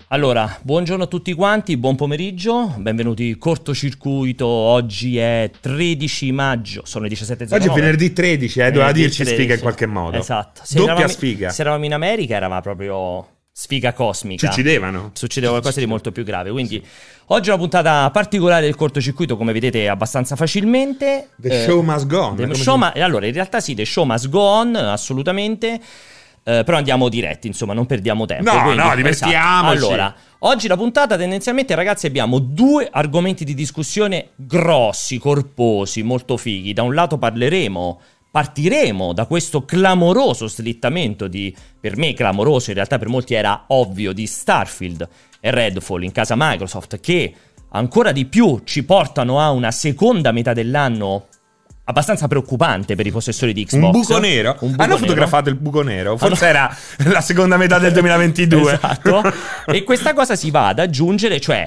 Allora, buongiorno a tutti quanti, buon pomeriggio, benvenuti Cortocircuito. Oggi è 13 maggio, sono le 17:09. Oggi è venerdì 13, doveva dirci 13. sfiga in qualche modo. Esatto. Doppia sfiga. Se eravamo in America eravamo proprio sfiga cosmica. Succedeva qualcosa di molto più grave, quindi oggi è una puntata particolare del cortocircuito, come vedete abbastanza facilmente. The show must go on. Allora, in realtà sì, the show must go on, assolutamente. Però andiamo diretti, insomma, non perdiamo tempo. No, divertiamoci. Esatto. Allora, oggi la puntata tendenzialmente, ragazzi, abbiamo due argomenti di discussione grossi, corposi, molto fighi. Da un lato partiremo da questo clamoroso slittamento per me clamoroso, in realtà per molti era ovvio, di Starfield e Redfall in casa Microsoft, che ancora di più ci portano a una seconda metà dell'anno abbastanza preoccupante per i possessori di Xbox. Un buco nero? Hanno fotografato il buco nero? Forse era la seconda metà del 2022. Esatto. E questa cosa si va ad aggiungere, cioè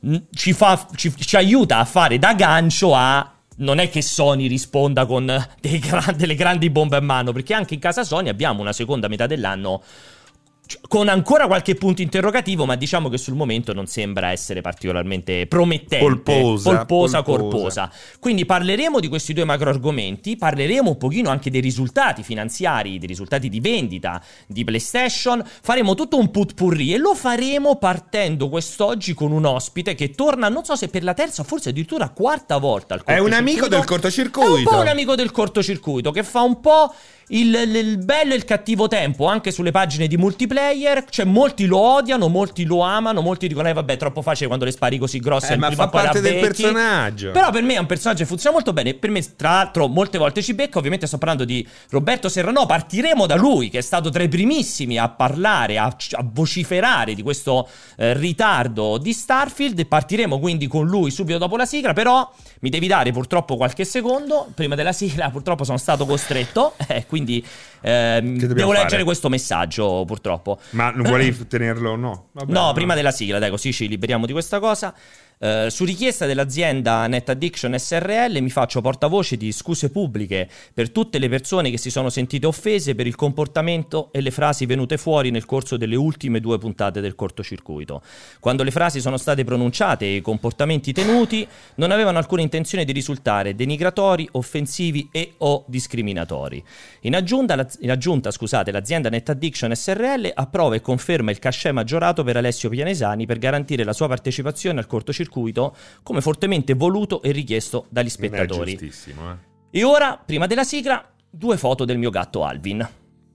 ci aiuta a fare da gancio a... Non è che Sony risponda con delle grandi bombe a mano, perché anche in casa Sony abbiamo una seconda metà dell'anno con ancora qualche punto interrogativo, ma diciamo che sul momento non sembra essere particolarmente promettente, corposa. Quindi parleremo di questi due macro argomenti, parleremo un pochino anche dei risultati finanziari, dei risultati di vendita di PlayStation, faremo tutto un putpurri e lo faremo partendo quest'oggi con un ospite che torna, non so se per la terza o forse addirittura quarta volta al cortocircuito. È un amico del cortocircuito. È un po' un amico del cortocircuito che fa un po' il bello e il cattivo tempo anche sulle pagine di multiplayer. Cioè molti lo odiano, molti lo amano, molti dicono vabbè, troppo facile quando le spari così grosse, ma fa parte del personaggio. Però per me è un personaggio che funziona molto bene. Per me tra l'altro molte volte ci becca. Ovviamente sto parlando di Roberto Serrano. Partiremo da lui, che è stato tra i primissimi a parlare, a vociferare di questo ritardo di Starfield. E partiremo quindi con lui subito dopo la sigla. Però mi devi dare purtroppo qualche secondo prima della sigla. Purtroppo sono stato costretto, quindi devo leggere questo messaggio, purtroppo. Ma non vuoi tenerlo o no? Vabbè, no, prima della sigla, dai, così ci liberiamo di questa cosa. Su richiesta dell'azienda Net Addiction SRL mi faccio portavoce di scuse pubbliche per tutte le persone che si sono sentite offese per il comportamento e le frasi venute fuori nel corso delle ultime 2 puntate del cortocircuito. Quando le frasi sono state pronunciate e i comportamenti tenuti non avevano alcuna intenzione di risultare denigratori, offensivi e o discriminatori. In aggiunta, l'azienda Net Addiction SRL approva e conferma il cachet maggiorato per Alessio Pianesani per garantire la sua partecipazione al cortocircuito come fortemente voluto e richiesto dagli spettatori. Non è giustissimo, E ora, prima della sigla, 2 foto del mio gatto Alvin.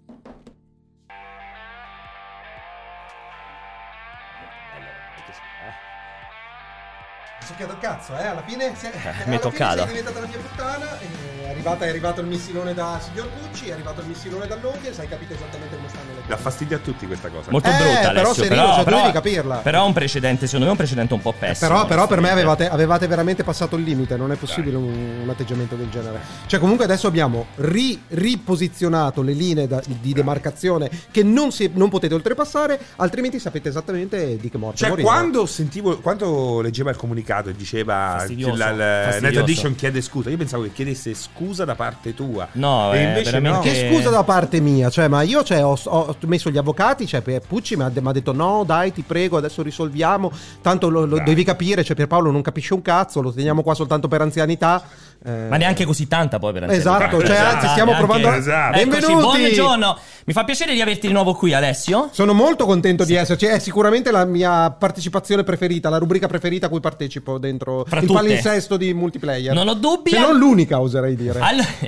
Succhiato il cazzo, alla fine mi è toccata. Sei diventata la mia puttana, è arrivato il missilone da signor Pucci, è arrivato il missilone dall'Onkels, hai capito esattamente come stanno le cose. Dà fastidio a tutti questa cosa. Molto brutta, però Alessio, Serino, tu devi capirla. Però un precedente, secondo me è un precedente un po' pessimo. Però per me avevate veramente passato il limite, non è possibile un atteggiamento del genere. Cioè comunque adesso abbiamo riposizionato le linee di demarcazione che non potete oltrepassare, altrimenti sapete esattamente di che morte morire. Quando leggeva il comunicato e diceva Net Addiction chiede scusa, io pensavo che chiedesse scusa da parte tua. No, e invece veramente... no. Che scusa da parte mia, cioè, ma io ho messo gli avvocati, cioè Pucci mi ha detto no, dai, ti prego, adesso risolviamo, tanto lo devi capire, cioè Pierpaolo non capisce un cazzo, lo teniamo qua soltanto per anzianità. Ma neanche così tanta poi per anzianità. Esatto, cioè anzi stiamo provando. Benvenuti. Buongiorno. Mi fa piacere di averti di nuovo qui, Alessio. Sono molto contento di esserci, è sicuramente la mia partecipazione preferita, la rubrica preferita a cui partecipo dentro il palinsesto di multiplayer. Non ho dubbi. Se non l'unica, oserei dire.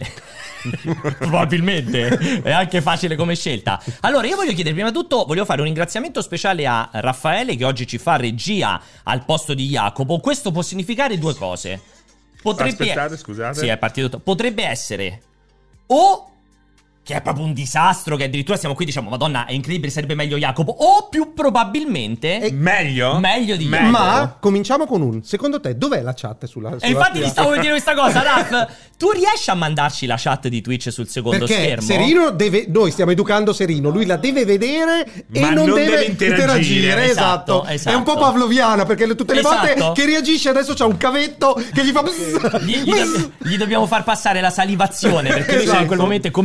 Probabilmente è anche facile come scelta. Allora io voglio chiedere, prima di tutto voglio fare un ringraziamento speciale a Raffaele, che oggi ci fa regia al posto di Jacopo. Questo può significare 2 cose. Aspettate, scusate. Sì, è partito tutto. Potrebbe essere o che è proprio un disastro, che addirittura siamo qui diciamo madonna è incredibile, sarebbe meglio Jacopo, o più probabilmente meglio di Jacopo. Ma cominciamo con secondo te dov'è la chat sulla e infatti ti stavo per dire questa cosa, Raf. Tu riesci a mandarci la chat di Twitch sul secondo schermo? Serino noi stiamo educando Serino, lui la deve vedere e non deve interagire. Esatto. È un po' pavloviana, perché tutte le volte che reagisce adesso c'ha un cavetto che gli fa gli dobbiamo far passare la salivazione, perché lui in quel momento è come il topolino.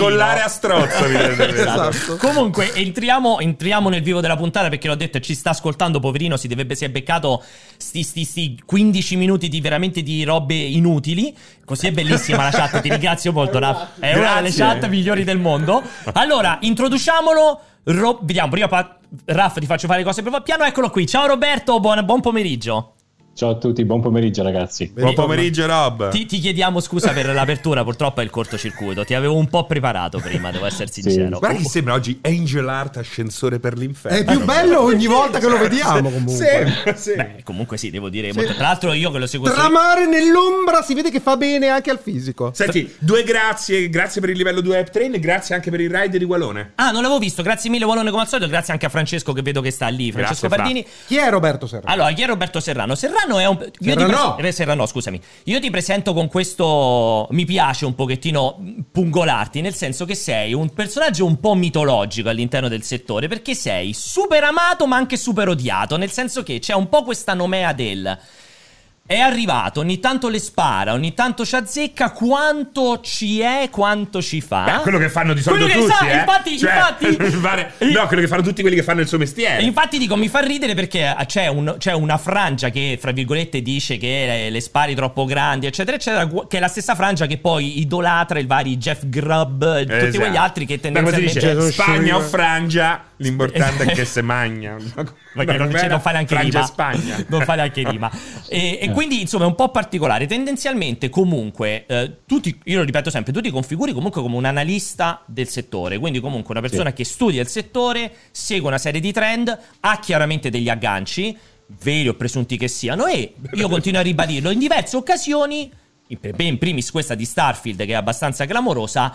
Collare a strozzo. Esatto. Comunque entriamo nel vivo della puntata, perché l'ho detto, ci sta ascoltando, poverino, si è beccato sti 15 minuti di veramente di robe inutili. Così è bellissima la chat, ti ringrazio molto, Raff. È una delle chat migliori del mondo. Allora, introduciamolo. Vediamo, prima Raff ti faccio fare le cose per piano. Eccolo qui. Ciao Roberto, buon pomeriggio. Ciao a tutti, buon pomeriggio ragazzi. Buon pomeriggio Rob. Ti chiediamo scusa per l'apertura, purtroppo è il cortocircuito. Ti avevo un po' preparato prima, devo essere sincero. Sì. Guarda che sembra oggi Angel Art ascensore per l'inferno. È più bello ogni volta che lo vediamo comunque. Sì. Beh, comunque sì, devo dire molto. Tra l'altro io che lo seguo Tramare nell'ombra si vede che fa bene anche al fisico. Senti, grazie per il livello 2 Hype Train e grazie anche per il ride di Walone. Ah, non l'avevo visto, grazie mille Walone come al solito, grazie anche a Francesco che vedo che sta lì, Francesco Pardini. Chi è Roberto Serrano? Allora, chi è Roberto Serrano? Serrano è un... Serrano, scusami. Io ti presento con questo. Mi piace un pochettino pungolarti, nel senso che sei un personaggio un po' mitologico all'interno del settore, perché sei super amato ma anche super odiato, nel senso che c'è un po' questa nomea del... È arrivato, ogni tanto le spara, ogni tanto ci azzecca, quanto ci è, quanto ci fa. Beh, quello che fanno di solito tutti, infatti, no, quello che fanno tutti quelli che fanno il suo mestiere. Infatti dico, mi fa ridere perché c'è una frangia che, fra virgolette, dice che le spari troppo grandi, eccetera, eccetera, che è la stessa frangia che poi idolatra i vari Jeff Grubb, tutti quegli altri che tendenzialmente... Dice, Spagna o frangia, l'importante è che se magna. Perché non fai neanche rima. Spagna. Non fai neanche rima. E quindi insomma è un po' particolare. Tendenzialmente comunque io lo ripeto sempre, tu ti configuri comunque come un analista del settore, quindi comunque una persona che studia il settore, segue una serie di trend, ha chiaramente degli agganci, veri o presunti che siano, e io continuo a ribadirlo in diverse occasioni, in primis questa di Starfield che è abbastanza clamorosa.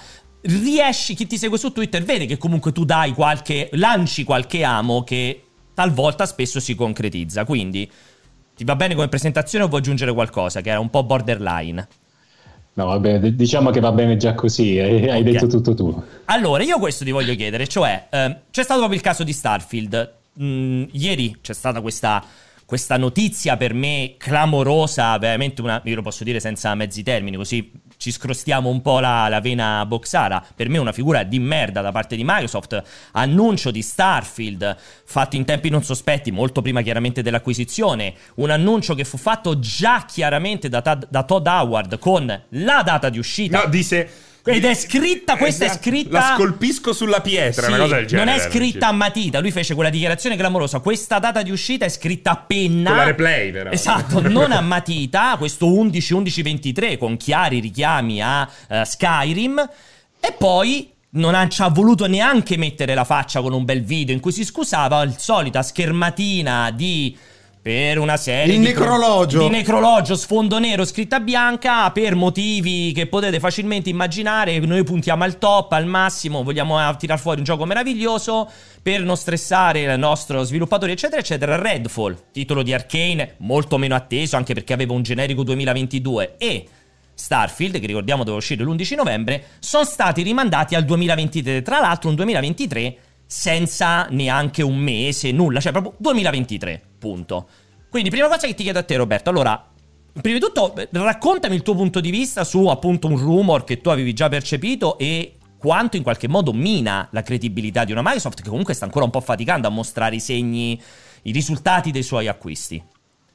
Chi ti segue su Twitter vede che comunque tu lanci qualche amo che talvolta spesso si concretizza. Quindi ti va bene come presentazione o vuoi aggiungere qualcosa che era un po' borderline? No, vabbè, diciamo che va bene già così, hai detto tutto tu. Allora, io questo ti voglio chiedere, cioè c'è stato proprio il caso di Starfield. Ieri c'è stata questa notizia per me clamorosa, veramente io lo posso dire senza mezzi termini, così ci scrostiamo un po' la vena boxara. Per me una figura di merda da parte di Microsoft. Annuncio di Starfield fatto in tempi non sospetti, molto prima chiaramente dell'acquisizione. Un annuncio che fu fatto già chiaramente da Todd Howard con la data di uscita. No, disse... Ed è scritta, questa è scritta... La scolpisco sulla pietra, sì, una cosa del genere. Non è scritta a matita, lui fece quella dichiarazione clamorosa. Questa data di uscita è scritta a penna. Con la replay, però. Esatto, non a matita, questo 11-11-23 con chiari richiami a Skyrim. E poi non ci ha voluto neanche mettere la faccia con un bel video in cui si scusava, il solita schermatina per una serie di necrologio sfondo nero scritta bianca, per motivi che potete facilmente immaginare. Noi puntiamo al top, al massimo, vogliamo tirar fuori un gioco meraviglioso per non stressare il nostro sviluppatore, eccetera eccetera. Redfall, titolo di Arcane, molto meno atteso anche perché aveva un generico 2022, e Starfield, che ricordiamo doveva uscire l'11 novembre, sono stati rimandati al 2023. Tra l'altro un 2023 senza neanche un mese, nulla, cioè proprio 2023, punto. Quindi prima cosa che ti chiedo a te, Roberto, allora, prima di tutto raccontami il tuo punto di vista su appunto un rumor che tu avevi già percepito e quanto in qualche modo mina la credibilità di una Microsoft che comunque sta ancora un po' faticando a mostrare i risultati dei suoi acquisti.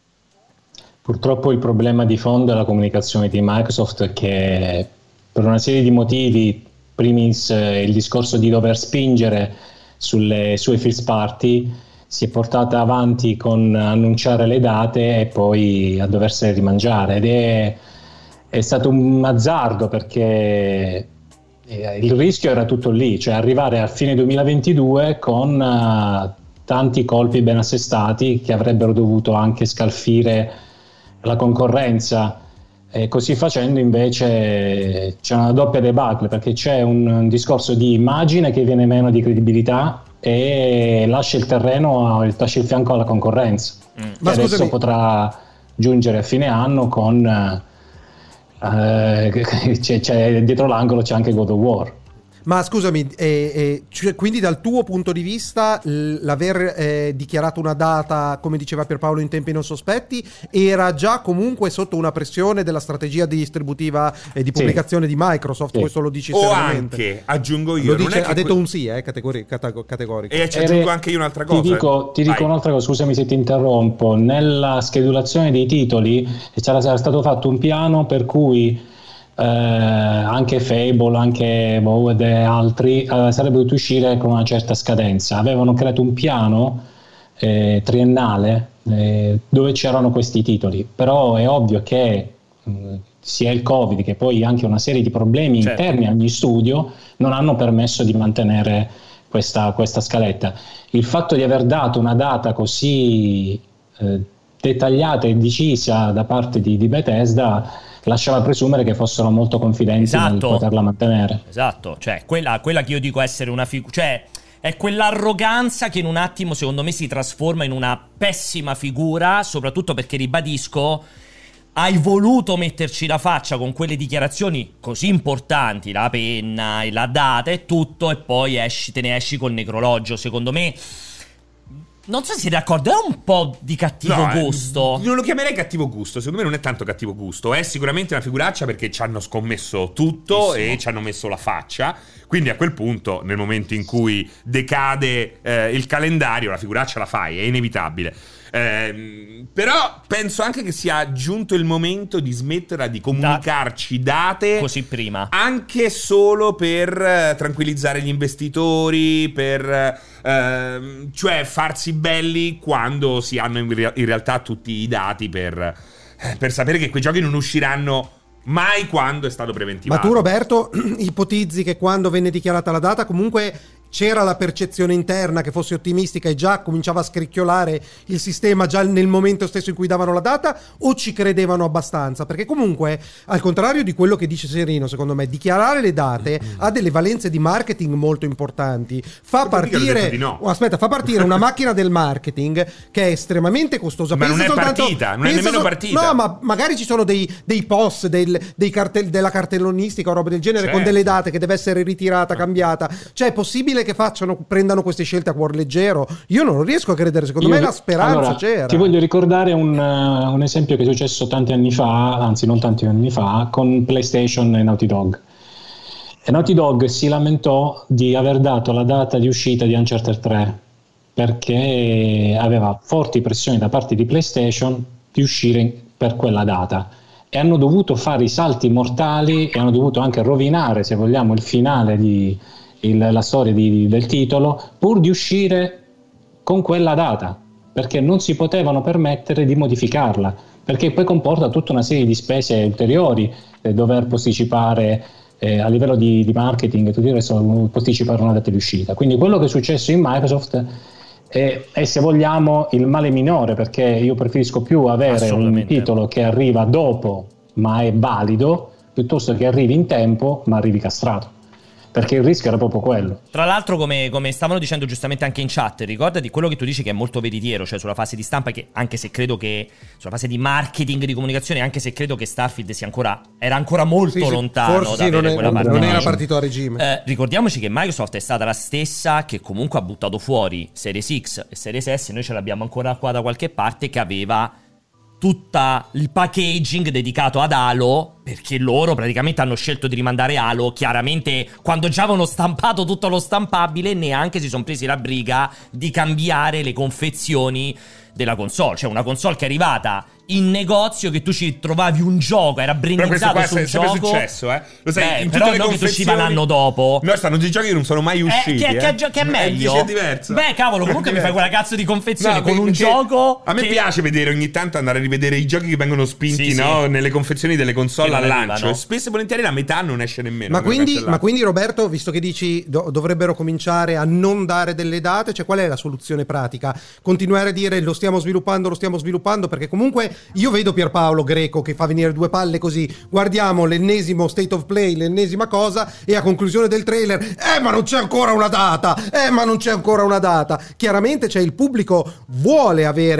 Purtroppo il problema di fondo è la comunicazione di Microsoft, che per una serie di motivi, primis il discorso di dover spingere sulle sue first party, si è portata avanti con annunciare le date e poi a doversele rimangiare, ed è stato un azzardo perché il rischio era tutto lì, cioè arrivare a fine 2022 con tanti colpi ben assestati che avrebbero dovuto anche scalfire la concorrenza. E così facendo invece c'è una doppia debacle, perché c'è un discorso di immagine che viene meno di credibilità e lascia il fianco alla concorrenza. Ma adesso potrà giungere a fine anno con c'è dietro l'angolo c'è anche God of War. Ma scusami, cioè, quindi dal tuo punto di vista l'aver dichiarato una data, come diceva Pierpaolo, in tempi non sospetti, era già comunque sotto una pressione della strategia distributiva e di pubblicazione di Microsoft? Sì. Questo lo dici o anche, aggiungo io, ha detto un sì, categorico. E ci aggiungo anche io un'altra cosa. Ti dico un'altra cosa, scusami se ti interrompo. Nella schedulazione dei titoli c'era stato fatto un piano per cui anche Fable, anche Vowed e altri sarebbero dovuti uscire con una certa scadenza. Avevano creato un piano triennale dove c'erano questi titoli, però è ovvio che sia il Covid che poi anche una serie di problemi interni a ogni studio non hanno permesso di mantenere questa scaletta. Il fatto di aver dato una data così dettagliata e decisa da parte di Bethesda lasciava presumere che fossero molto confidenti nel poterla mantenere. Esatto, cioè quella che io dico essere una figura, cioè è quell'arroganza che in un attimo secondo me si trasforma in una pessima figura, soprattutto perché, ribadisco, hai voluto metterci la faccia con quelle dichiarazioni così importanti, la penna e la data e tutto, e poi te ne esci col necrologio. Secondo me, non so se siete d'accordo, è un po' di cattivo gusto. Non lo chiamerei cattivo gusto, secondo me non è tanto cattivo gusto, è sicuramente una figuraccia perché ci hanno scommesso tutto e ci hanno messo la faccia. Quindi a quel punto, nel momento in cui decade il calendario, la figuraccia la fai, è inevitabile. Però penso anche che sia giunto il momento di smetterla di comunicarci date così prima, anche solo per tranquillizzare gli investitori, per cioè farsi belli quando si hanno in realtà tutti i dati per sapere che quei giochi non usciranno mai quando è stato preventivato. Ma tu, Roberto, ipotizzi che quando venne dichiarata la data comunque c'era la percezione interna che fosse ottimistica e già cominciava a scricchiolare il sistema già nel momento stesso in cui davano la data, o ci credevano abbastanza? Perché comunque, al contrario di quello che dice Serino, secondo me dichiarare le date ha delle valenze di marketing molto importanti. Fa partire una macchina del marketing che è estremamente costosa. Ma non è partita, non è nemmeno partita. No, ma magari ci sono dei post, dei della cartellonistica o roba del genere, con delle date che deve essere ritirata, cambiata. Cioè è possibile che prendano queste scelte a cuor leggero? Io non riesco a credere, secondo me la speranza c'era. Ti voglio ricordare un esempio che è successo tanti anni fa, anzi non tanti anni fa, con PlayStation e Naughty Dog. E Naughty Dog si lamentò di aver dato la data di uscita di Uncharted 3 perché aveva forti pressioni da parte di PlayStation di uscire per quella data, e hanno dovuto fare i salti mortali e hanno dovuto anche rovinare, se vogliamo, il finale la storia del titolo pur di uscire con quella data, perché non si potevano permettere di modificarla, perché poi comporta tutta una serie di spese ulteriori, dover posticipare a livello di marketing e tutto il resto, posticipare una data di uscita. Quindi quello che è successo in Microsoft è, se vogliamo, il male minore, perché io preferisco più avere un titolo che arriva dopo ma è valido piuttosto che arrivi in tempo ma arrivi castrato, perché il rischio era proprio quello. Tra l'altro, come stavano dicendo giustamente anche in chat, ricordati quello che tu dici che è molto veritiero, cioè sulla fase di stampa, che anche se credo che sulla fase di marketing, di comunicazione, anche se credo che Starfield era ancora molto lontano forse da quella parte. Non era partito a regime. Ricordiamoci che Microsoft è stata la stessa che comunque ha buttato fuori Series X e Series S, noi ce l'abbiamo ancora qua da qualche parte, che aveva tutta il packaging dedicato ad Halo, perché loro praticamente hanno scelto di rimandare Halo. Chiaramente, quando già avevano stampato tutto lo stampabile, neanche si sono presi la briga di cambiare le confezioni della console. Cioè una console che è arrivata in negozio, che tu ci trovavi un gioco, era brandizzato sul gioco. È sempre successo, Lo sai, in però tutte le non che usciva l'anno dopo. No, stanno dei giochi che non sono mai usciti. Che è meglio. È diverso. Beh, cavolo, comunque mi fai quella cazzo di confezione con un gioco. A me piace vedere ogni tanto, andare a rivedere i giochi che vengono spinti, nelle confezioni delle console al lancio. Spesso e volentieri la metà non esce nemmeno. Ma quindi Roberto, visto che dici dovrebbero cominciare a non dare delle date, cioè qual è la soluzione pratica? Continuare a dire lo stiamo sviluppando, perché comunque io vedo Pierpaolo Greco che fa venire due palle così, guardiamo l'ennesimo state of play, l'ennesima cosa, e a conclusione del trailer ma non c'è ancora una data, chiaramente, cioè, il pubblico vuole avere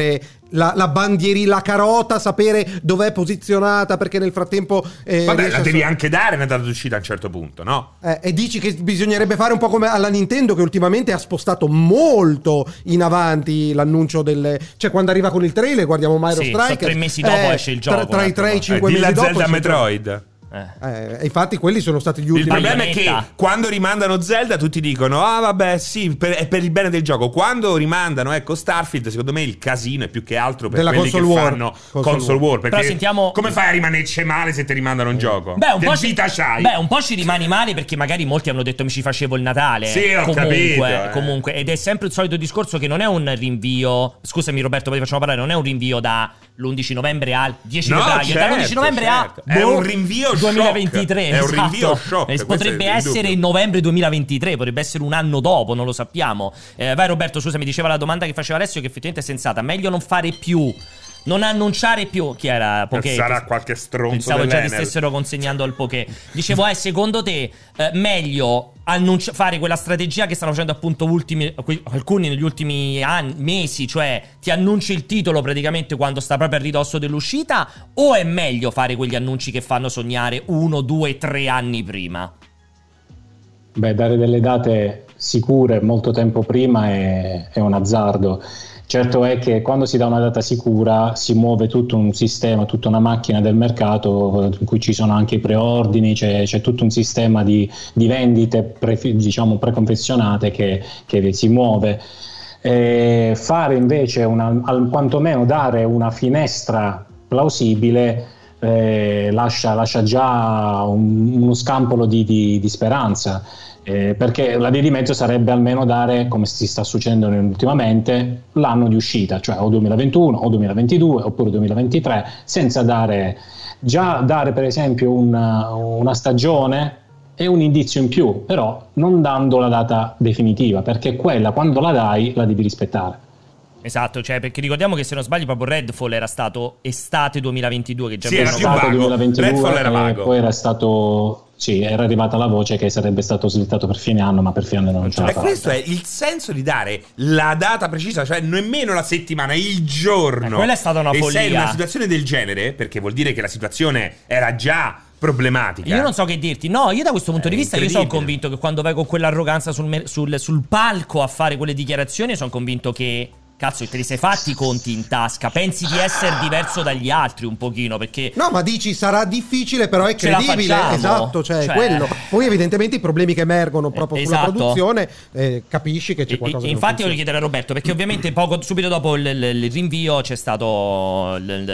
la bandierina, la carota, sapere dov'è posizionata, perché nel frattempo vabbè, la devi anche dare una data d'uscita a un certo punto, no? E dici che bisognerebbe fare un po' come alla Nintendo, che ultimamente ha spostato molto in avanti l'annuncio cioè quando arriva con il trailer guardiamo Mario Strikers, 3 mesi dopo esce il gioco, tra i 3 e i 5 mesi dopo Zelda Metroid. Infatti quelli sono stati gli ultimi. Il problema è che quando rimandano Zelda tutti dicono vabbè sì, è per il bene del gioco. Quando rimandano Starfield, secondo me il casino è più che altro per della quelli console che war. fanno console war, perché però sentiamo... come fai a rimanerci male se ti rimandano un gioco? Un po' ci rimani male, perché magari molti hanno detto mi ci facevo il Natale. Sì, ho comunque, ed è sempre il solito discorso che non è un rinvio. Scusami Roberto, poi facciamo parlare. Non è un rinvio da l'11 novembre al 10 febbraio, dall'11 novembre è un rinvio 2023. È un rinvio shock. Potrebbe essere in novembre 2023, potrebbe essere un anno dopo, non lo sappiamo. Vai Roberto, scusami, diceva la domanda che faceva Alessio, che effettivamente è sensata. Meglio non fare più, non annunciare più. Chi era? Poké? Sarà qualche stronzo. Pensavo già ti stessero consegnando al Poké. Dicevo, secondo te meglio fare quella strategia che stanno facendo appunto alcuni negli ultimi mesi, cioè ti annunci il titolo praticamente quando sta proprio a ridosso dell'uscita, o è meglio fare quegli annunci che fanno sognare 1, 2, 3 anni prima? Beh, dare delle date sicure molto tempo prima è un azzardo. Certo è che quando si dà una data sicura si muove tutto un sistema, tutta una macchina del mercato in cui ci sono anche i preordini, c'è tutto un sistema di vendite preconfezionate che si muove. Fare invece quantomeno dare una finestra plausibile lascia già uno scampolo di speranza. Perché la via di mezzo sarebbe almeno dare, come si sta succedendo ultimamente, l'anno di uscita, cioè o 2021 o 2022 oppure 2023, senza dare per esempio una stagione e un indizio in più, però non dando la data definitiva, perché quella quando la dai la devi rispettare. Esatto, cioè perché ricordiamo che se non sbaglio proprio Redfall era stato estate 2022, che già era più vago. 2022, Redfall era vago. Poi era stato era arrivata la voce che sarebbe stato slittato per fine anno, ma per fine anno non ce l'ha fatta. E questo è il senso di dare la data precisa, cioè nemmeno la settimana, il giorno. Quella è stata una follia. E sei in una situazione del genere, perché vuol dire che la situazione era già problematica. Io non so che dirti. No, io da questo punto di vista io sono convinto che quando vai con quell'arroganza sul palco a fare quelle dichiarazioni, sono convinto che cazzo, te li sei fatti i conti in tasca. Pensi di essere diverso dagli altri un pochino, perché no, ma dici sarà difficile, però è credibile. Esatto, cioè quello. Poi evidentemente i problemi che emergono proprio sulla produzione, capisci che c'è qualcosa che infatti voglio chiedere a Roberto, perché ovviamente subito dopo il rinvio c'è stato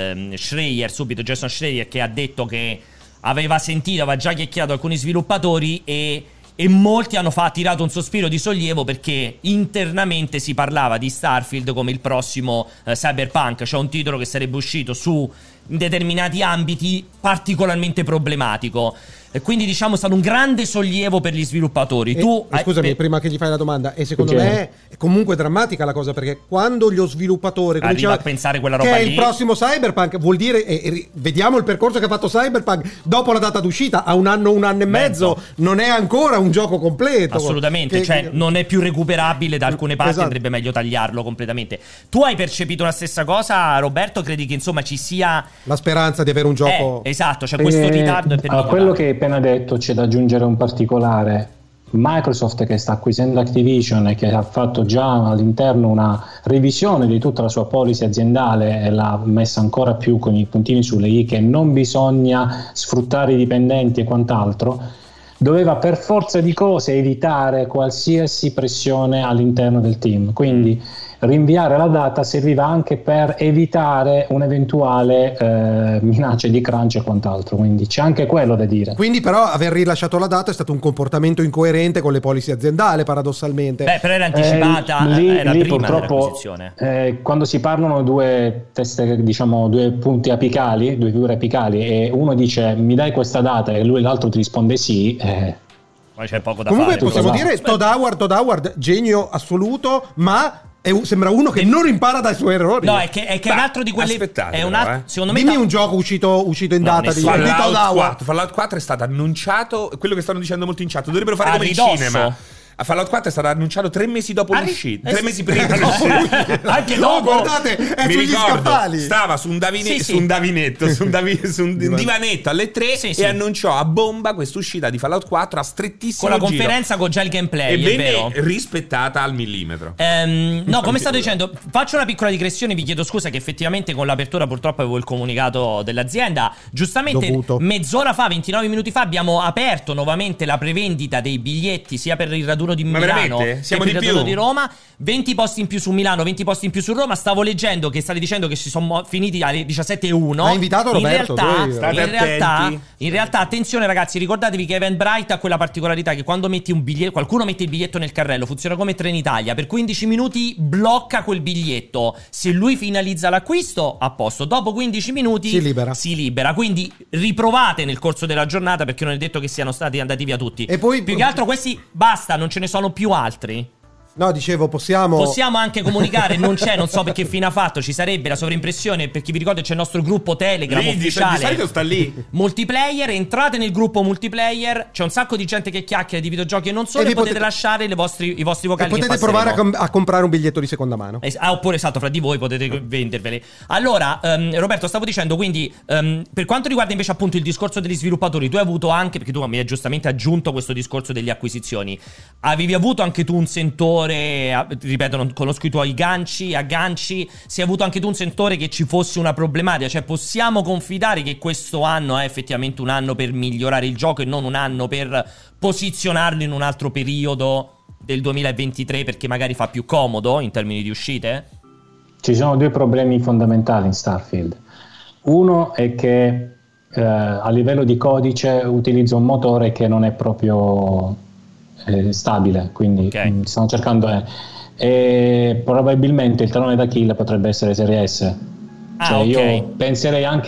Jason Schreier, che ha detto che aveva già chiacchierato alcuni sviluppatori e molti hanno tirato un sospiro di sollievo, perché internamente si parlava di Starfield come il prossimo Cyberpunk, cioè un titolo che sarebbe uscito su determinati ambiti particolarmente problematico. E quindi diciamo è stato un grande sollievo per gli sviluppatori. Scusami, prima che gli fai la domanda, e secondo me è comunque drammatica la cosa, perché quando lo sviluppatore arriva a pensare quella roba che è lì, il prossimo Cyberpunk, vuol dire vediamo il percorso che ha fatto Cyberpunk dopo la data d'uscita, a un anno e mezzo, non è ancora un gioco completo. Assolutamente, cioè non è più recuperabile da alcune parti, andrebbe meglio tagliarlo completamente. Tu hai percepito la stessa cosa, Roberto? Credi che insomma ci sia la speranza di avere un gioco esatto, cioè questo ritardo è per quello che hai appena detto c'è da aggiungere un particolare. Microsoft, che sta acquisendo Activision e che ha fatto già all'interno una revisione di tutta la sua policy aziendale e l'ha messa ancora più con i puntini sulle i, che non bisogna sfruttare i dipendenti e quant'altro, doveva per forza di cose evitare qualsiasi pressione all'interno del team, quindi rinviare la data serviva anche per evitare un'eventuale minaccia di crunch e quant'altro, quindi c'è anche quello da dire. Quindi però aver rilasciato la data è stato un comportamento incoerente con le policy aziendale, paradossalmente. Però era anticipata, era lì prima purtroppo, quando si parlano due punti apicali, due figure apicali, e uno dice mi dai questa data e l'altro ti risponde sì, ma c'è poco da comunque fare. possiamo dire Todd Howard genio assoluto, ma sembra uno che non impara dai suoi errori. No, è che è un altro di quelli. Secondo me dimmi un gioco uscito in data di Fallout 4. Fallout 4 è stato annunciato, quello che stanno dicendo molto in chat, dovrebbero fare come il cinema. Fallout 4 è stato annunciato 3 mesi dopo l'uscita. 3 mesi prima dell'uscita. Anche dopo. Guardate, è Mi sugli ricordo, scaffali. stava su un divanetto alle 3 e annunciò a bomba quest'uscita di Fallout 4 a strettissimo con la giro. conferenza con già il gameplay, e è vero. rispettata al millimetro. No, come stavo dicendo, faccio una piccola digressione, vi chiedo scusa che effettivamente con l'apertura purtroppo avevo il comunicato dell'azienda. Giustamente Dovuto. mezz'ora fa, 29 minuti fa, abbiamo aperto nuovamente la prevendita dei biglietti sia per il raduno di Milano che Siamo per il di raduno più? di Roma. 20 posti in più su Milano, 20 posti in più su Roma. Stavo leggendo che state dicendo che si sono finiti alle 17:01. Ha invitato Roberto, in realtà, attenzione ragazzi, ricordatevi che Eventbrite ha quella particolarità che quando metti un biglietto, qualcuno mette il biglietto nel carrello, funziona come Trenitalia, per 15 minuti blocca quel biglietto. Se lui finalizza l'acquisto, a posto. Dopo 15 minuti si libera. Quindi riprovate nel corso della giornata, perché non è detto che siano stati andati via tutti. E poi più che altro questi basta, non ce ne sono più altri. No, dicevo, possiamo anche comunicare, non so perché fine ha fatto, ci sarebbe la sovraimpressione, perché vi ricordo c'è il nostro gruppo Telegram ufficiale. Di solito sta lì. Multiplayer, entrate nel gruppo multiplayer, c'è un sacco di gente che chiacchiera di videogiochi e non solo, e potete lasciare i vostri vocali. E potete provare a comprare un biglietto di seconda mano. Oppure esatto, fra di voi potete venderveli. Allora, Roberto, stavo dicendo, quindi per quanto riguarda invece appunto il discorso degli sviluppatori, tu hai avuto anche, perché tu mi hai giustamente aggiunto questo discorso delle acquisizioni, avevi avuto anche tu un sentore, ripeto, non conosco i tuoi agganci, se hai avuto anche tu un sentore che ci fosse una problematica, cioè possiamo confidare che questo anno è effettivamente un anno per migliorare il gioco e non un anno per posizionarlo in un altro periodo del 2023 perché magari fa più comodo in termini di uscite? Ci sono due problemi fondamentali in Starfield. Uno è che a livello di codice utilizza un motore che non è proprio stabile, quindi stanno cercando e probabilmente il talone d'Achille potrebbe essere Serie S. Io penserei anche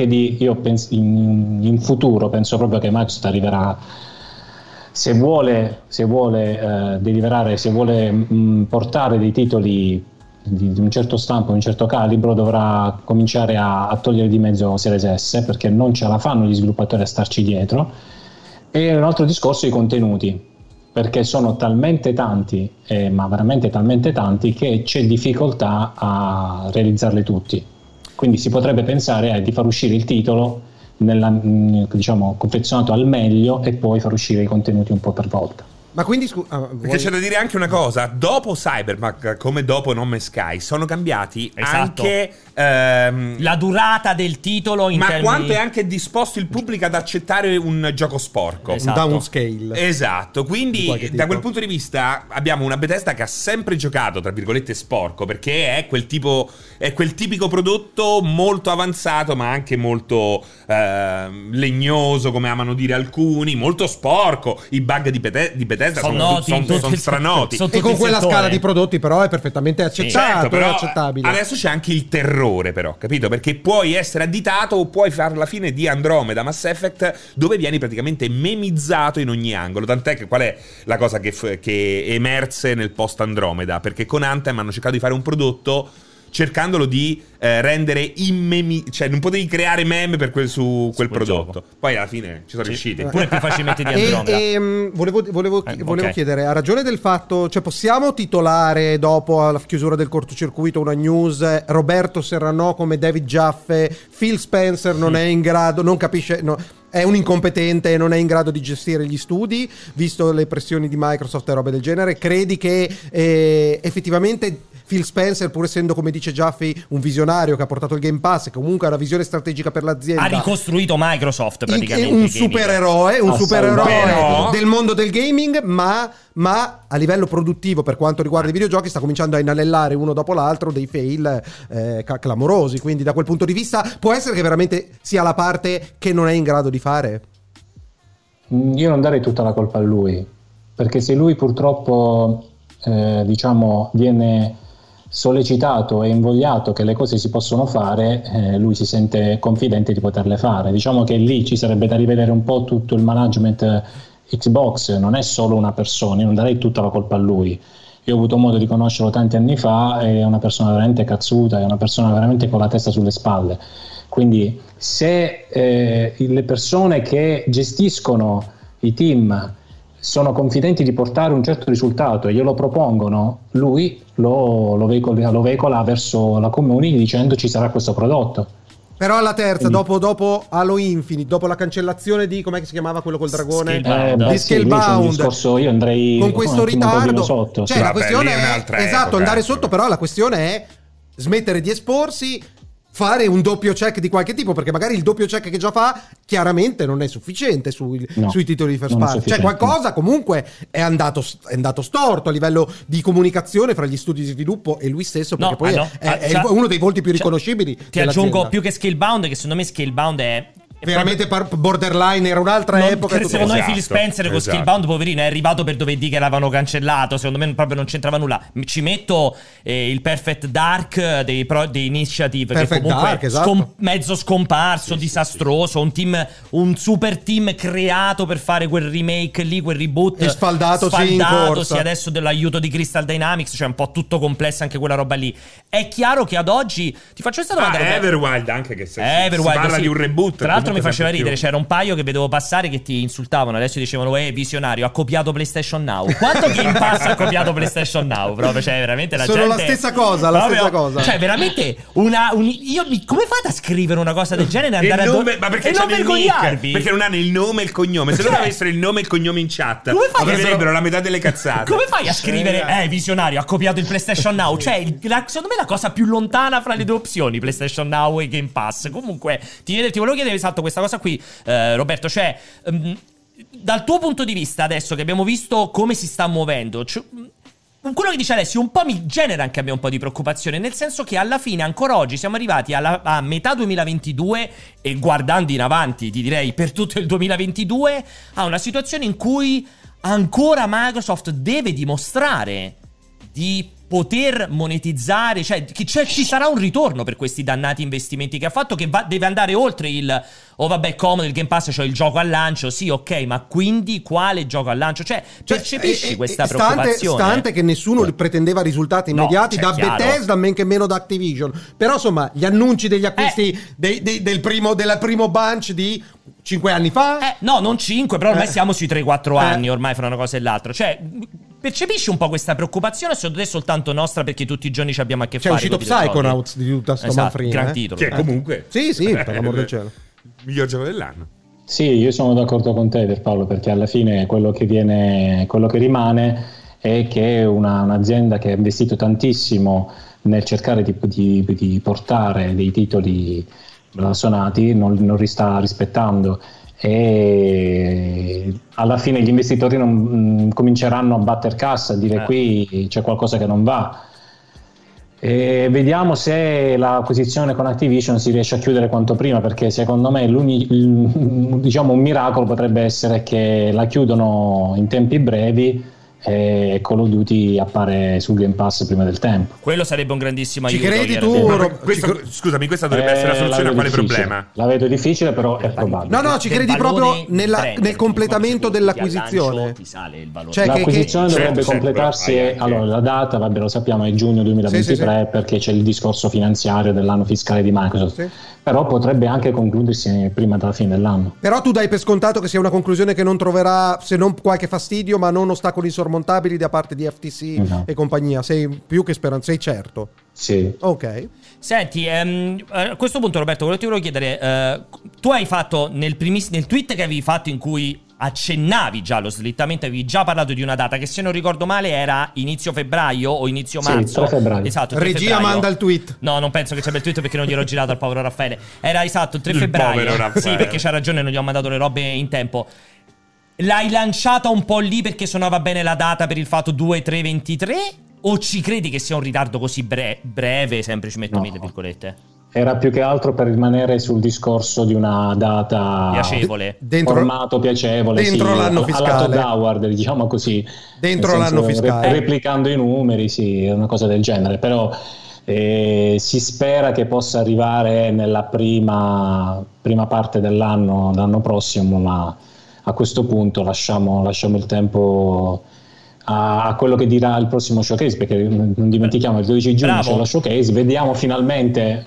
in futuro penso proprio che Microsoft arriverà, se vuole deliberare, se vuole portare dei titoli di un certo stampo, di un certo calibro, dovrà cominciare a togliere di mezzo Series S, perché non ce la fanno gli sviluppatori a starci dietro. E un altro discorso, i contenuti, perché sono talmente tanti, ma veramente talmente tanti, che c'è difficoltà a realizzarli tutti. Quindi si potrebbe pensare di far uscire il titolo confezionato al meglio e poi far uscire i contenuti un po' per volta. Ma quindi perché c'è da dire anche una cosa: dopo Cyberpunk, come dopo No Man's Sky, sono cambiati anche la durata del titolo in termini... quanto è anche disposto il pubblico ad accettare un gioco sporco, un downscale. Esatto, quindi da quel punto di vista abbiamo una Bethesda che ha sempre giocato tra virgolette sporco, perché è quel tipico prodotto molto avanzato ma anche molto legnoso, come amano dire alcuni, molto sporco. I bug di Bethesda sono stranoti, e con quella scala di prodotti però è perfettamente accettato, però è accettabile. Adesso c'è anche il terrore, però, capito? Perché puoi essere additato o puoi fare la fine di Andromeda Mass Effect, dove vieni praticamente memizzato in ogni angolo. Tant'è che qual è la cosa che emerse nel post Andromeda? Perché con Anthem hanno cercato di fare un prodotto cercandolo di rendere cioè non potevi creare meme per quel prodotto gioco. Poi alla fine ci sono riusciti, pure più facilmente di Andromeda. Volevo chiedere, a ragione del fatto, cioè possiamo titolare dopo la chiusura del cortocircuito una news: Roberto Serrano come David Jaffe, Phil Spencer non è in grado, non capisce, è un incompetente e non è in grado di gestire gli studi, visto le pressioni di Microsoft e robe del genere. Credi che effettivamente Phil Spencer, pur essendo, come dice Jaffe, un visionario che ha portato il Game Pass e comunque ha una visione strategica per l'azienda, ha ricostruito Microsoft praticamente, un supereroe del mondo del gaming, ma a livello produttivo, per quanto riguarda i videogiochi, sta cominciando a inanellare uno dopo l'altro dei fail clamorosi. Quindi da quel punto di vista può essere che veramente sia la parte che non è in grado di fare. Io non darei tutta la colpa a lui, perché se lui purtroppo viene sollecitato e invogliato che le cose si possono fare, lui si sente confidente di poterle fare. Diciamo che lì ci sarebbe da rivedere un po' tutto il management Xbox, non è solo una persona. Io non darei tutta la colpa a lui. Io ho avuto modo di conoscerlo tanti anni fa, è una persona veramente cazzuta, è una persona veramente con la testa sulle spalle. Quindi se le persone che gestiscono i team sono confidenti di portare un certo risultato e glielo propongono, lui lo veicola verso la community dicendo ci sarà questo prodotto. Però alla terza, dopo Halo Infinite, dopo la cancellazione di, com'è che si chiamava quello col dragone? Di Scalebound. Io andrei con questo ritardo sotto. Cioè, la questione è esatto, andare sotto, però la questione è smettere di esporsi, fare un doppio check di qualche tipo, perché magari il doppio check che già fa chiaramente non è sufficiente sui titoli di first party. Cioè qualcosa comunque è andato storto a livello di comunicazione fra gli studi di sviluppo e lui stesso, perché poi è uno dei volti più riconoscibili. Ti aggiungo più che Scalebound, che secondo me Scalebound è veramente borderline, era un'altra epoca. Secondo me Phil Spencer con Scalebound, poverino, è arrivato per dove che l'avevano cancellato. Secondo me proprio non c'entrava nulla. Ci metto il Perfect Dark dei Initiative, Perfect che comunque Dark, esatto. Mezzo scomparso, disastroso, un super team creato per fare quel remake lì, quel reboot e sfaldato in corsa. Adesso dell'aiuto di Crystal Dynamics, cioè un po' tutto complesso anche quella roba lì. È chiaro che ad oggi ti faccio questa domanda. Everwild anche, che si parla di un reboot. Tra l'altro mi faceva ridere, c'era un paio che vedevo passare che ti insultavano, adesso dicevano visionario, ha copiato PlayStation Now. Quanto Game Pass ha copiato PlayStation Now? Proprio, cioè veramente la gente la stessa cosa, stessa cosa. Cioè veramente come fate a scrivere una cosa del genere e andare ma perché e non vergognarvi? Perché non hanno il nome e il cognome. Se loro avessero il nome e il cognome in chat, avrebbero la metà delle cazzate. Come fai a scrivere visionario, ha copiato il PlayStation Now? Cioè secondo me la cosa più lontana fra le due opzioni, PlayStation Now e Game Pass. Comunque ti volevo chiedere esatto questa cosa qui, Roberto, cioè dal tuo punto di vista adesso che abbiamo visto come si sta muovendo, quello che dice Alessio un po' mi genera anche a me un po' di preoccupazione, nel senso che alla fine ancora oggi siamo arrivati a metà 2022 e guardando in avanti ti direi per tutto il 2022 a una situazione in cui ancora Microsoft deve dimostrare di poter monetizzare, cioè ci sarà un ritorno per questi dannati investimenti che ha fatto, che deve andare oltre il vabbè comodo il Game Pass, cioè il gioco al lancio, sì ok, ma quindi quale gioco al lancio? Cioè percepisci questa preoccupazione? Stante che nessuno pretendeva risultati immediati da Bethesda, men che meno da Activision, però insomma gli annunci degli acquisti del primo bunch di 5 anni fa? No, non 5, però ormai siamo sui 3-4 anni ormai fra una cosa e l'altra, cioè percepisci un po' questa preoccupazione, secondo te è soltanto nostra perché tutti i giorni ci abbiamo a che fare? C'è uscito Psychonauts di tutta sto manfrina, gran titolo. Che comunque sì, per l'amor del cielo, miglior gioco dell'anno. Sì, io sono d'accordo con te Pierpaolo, perché alla fine quello che rimane è che un'azienda che ha investito tantissimo nel cercare di portare dei titoli blasonati non li sta rispettando, e alla fine gli investitori non cominceranno a batter cassa, a dire qui c'è qualcosa che non va, e vediamo se l'acquisizione con Activision si riesce a chiudere quanto prima, perché secondo me diciamo un miracolo potrebbe essere che la chiudono in tempi brevi e Call of Duty appare sul Game Pass prima del tempo. Quello sarebbe un grandissimo aiuto. Ci credi tu? Scusami, questa dovrebbe essere la soluzione a quale problema? La vedo difficile, però è probabile. No, ci credi proprio nel completamento dell'acquisizione? Ti sale il valore. Cioè l'acquisizione dovrebbe completarsi, allora la data, vabbè, lo sappiamo, è giugno 2023, sì. Perché c'è il discorso finanziario dell'anno fiscale di Microsoft. Sì. Però potrebbe anche concludersi prima della fine dell'anno. Però tu dai per scontato che sia una conclusione che non troverà, se non qualche fastidio, ma non ostacoli insormontabili da parte di FTC e compagnia. Sei più che speranzoso, sei certo? Sì. Ok. Senti, a questo punto Roberto, ti volevo chiedere, tu hai fatto nel tweet che avevi fatto in cui accennavi già lo slittamento, avevi già parlato di una data che se non ricordo male era inizio febbraio o inizio marzo. 3 febbraio. Esatto, 3 Regia febbraio. manda il tweet. No, non penso che c'è il tweet perché non gliel'ho girato al povero Raffaele. Era esatto il 3 febbraio. Sì, perché c'ha ragione, non gli ho mandato le robe in tempo. L'hai lanciata un po' lì perché suonava bene la data per il fatto 2-3-23? O ci credi che sia un ritardo così breve? Sempre ci metto 1000 virgolette. Era più che altro per rimanere sul discorso di una data piacevole, formato piacevole, dentro l'anno fiscale, alla Todd Howard, diciamo così, dentro l'anno fiscale, replicando i numeri, sì, una cosa del genere. Però si spera che possa arrivare nella prima parte dell'anno prossimo, ma a questo punto lasciamo il tempo a quello che dirà il prossimo showcase, perché non dimentichiamo il 12 giugno c'è lo showcase, vediamo finalmente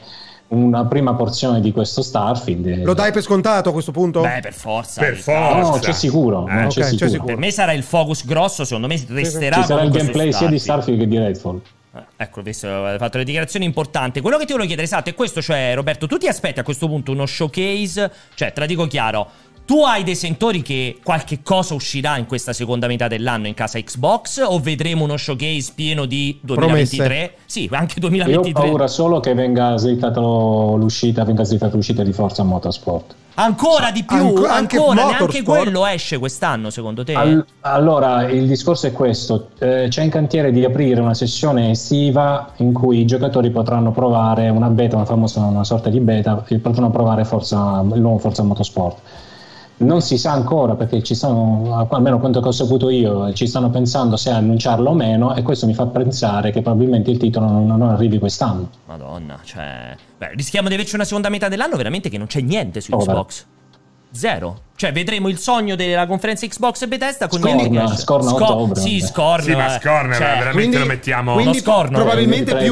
una prima porzione di questo Starfield. Lo dai per scontato a questo punto? Beh, per forza. Per forza. No, c'è sicuro. No, ok, c'è c'è sicuro. sicuro. Per me sarà il focus grosso, secondo me resterà. Ci sarà il comunque su gameplay sia di Starfield che di Redfall. Ecco, visto, hai fatto le dichiarazioni importanti. Quello che ti volevo chiedere, esatto, è questo, cioè, Roberto, tu ti aspetti a questo punto uno showcase? Cioè, te la dico chiaro, tu hai dei sentori che qualche cosa uscirà in questa seconda metà dell'anno in casa Xbox, o vedremo uno showcase pieno di 2023? Promesse. Sì, anche Io 2023. ho paura solo che venga slittata l'uscita di Forza Motorsport. Ancora di più, Anche ancora, neanche Motorsport. quello esce quest'anno, secondo te? Allora, il discorso è questo: c'è in cantiere di aprire una sessione estiva in cui i giocatori potranno provare una beta, una sorta di beta, potranno provare il nuovo Forza Motorsport. Non si sa ancora, perché ci stanno, almeno quanto che ho saputo io, ci stanno pensando se annunciarlo o meno, e questo mi fa pensare che probabilmente il titolo non arrivi quest'anno. Madonna, cioè... Beh, rischiamo di averci una seconda metà dell'anno veramente che non c'è niente su Xbox. Zero. Cioè, vedremo il sogno della conferenza Xbox e Bethesda con Scorna ottobre. Sì, Scorna. Sì, ma Scorna veramente quindi, lo mettiamo. quindi Scorno. probabilmente Tra i più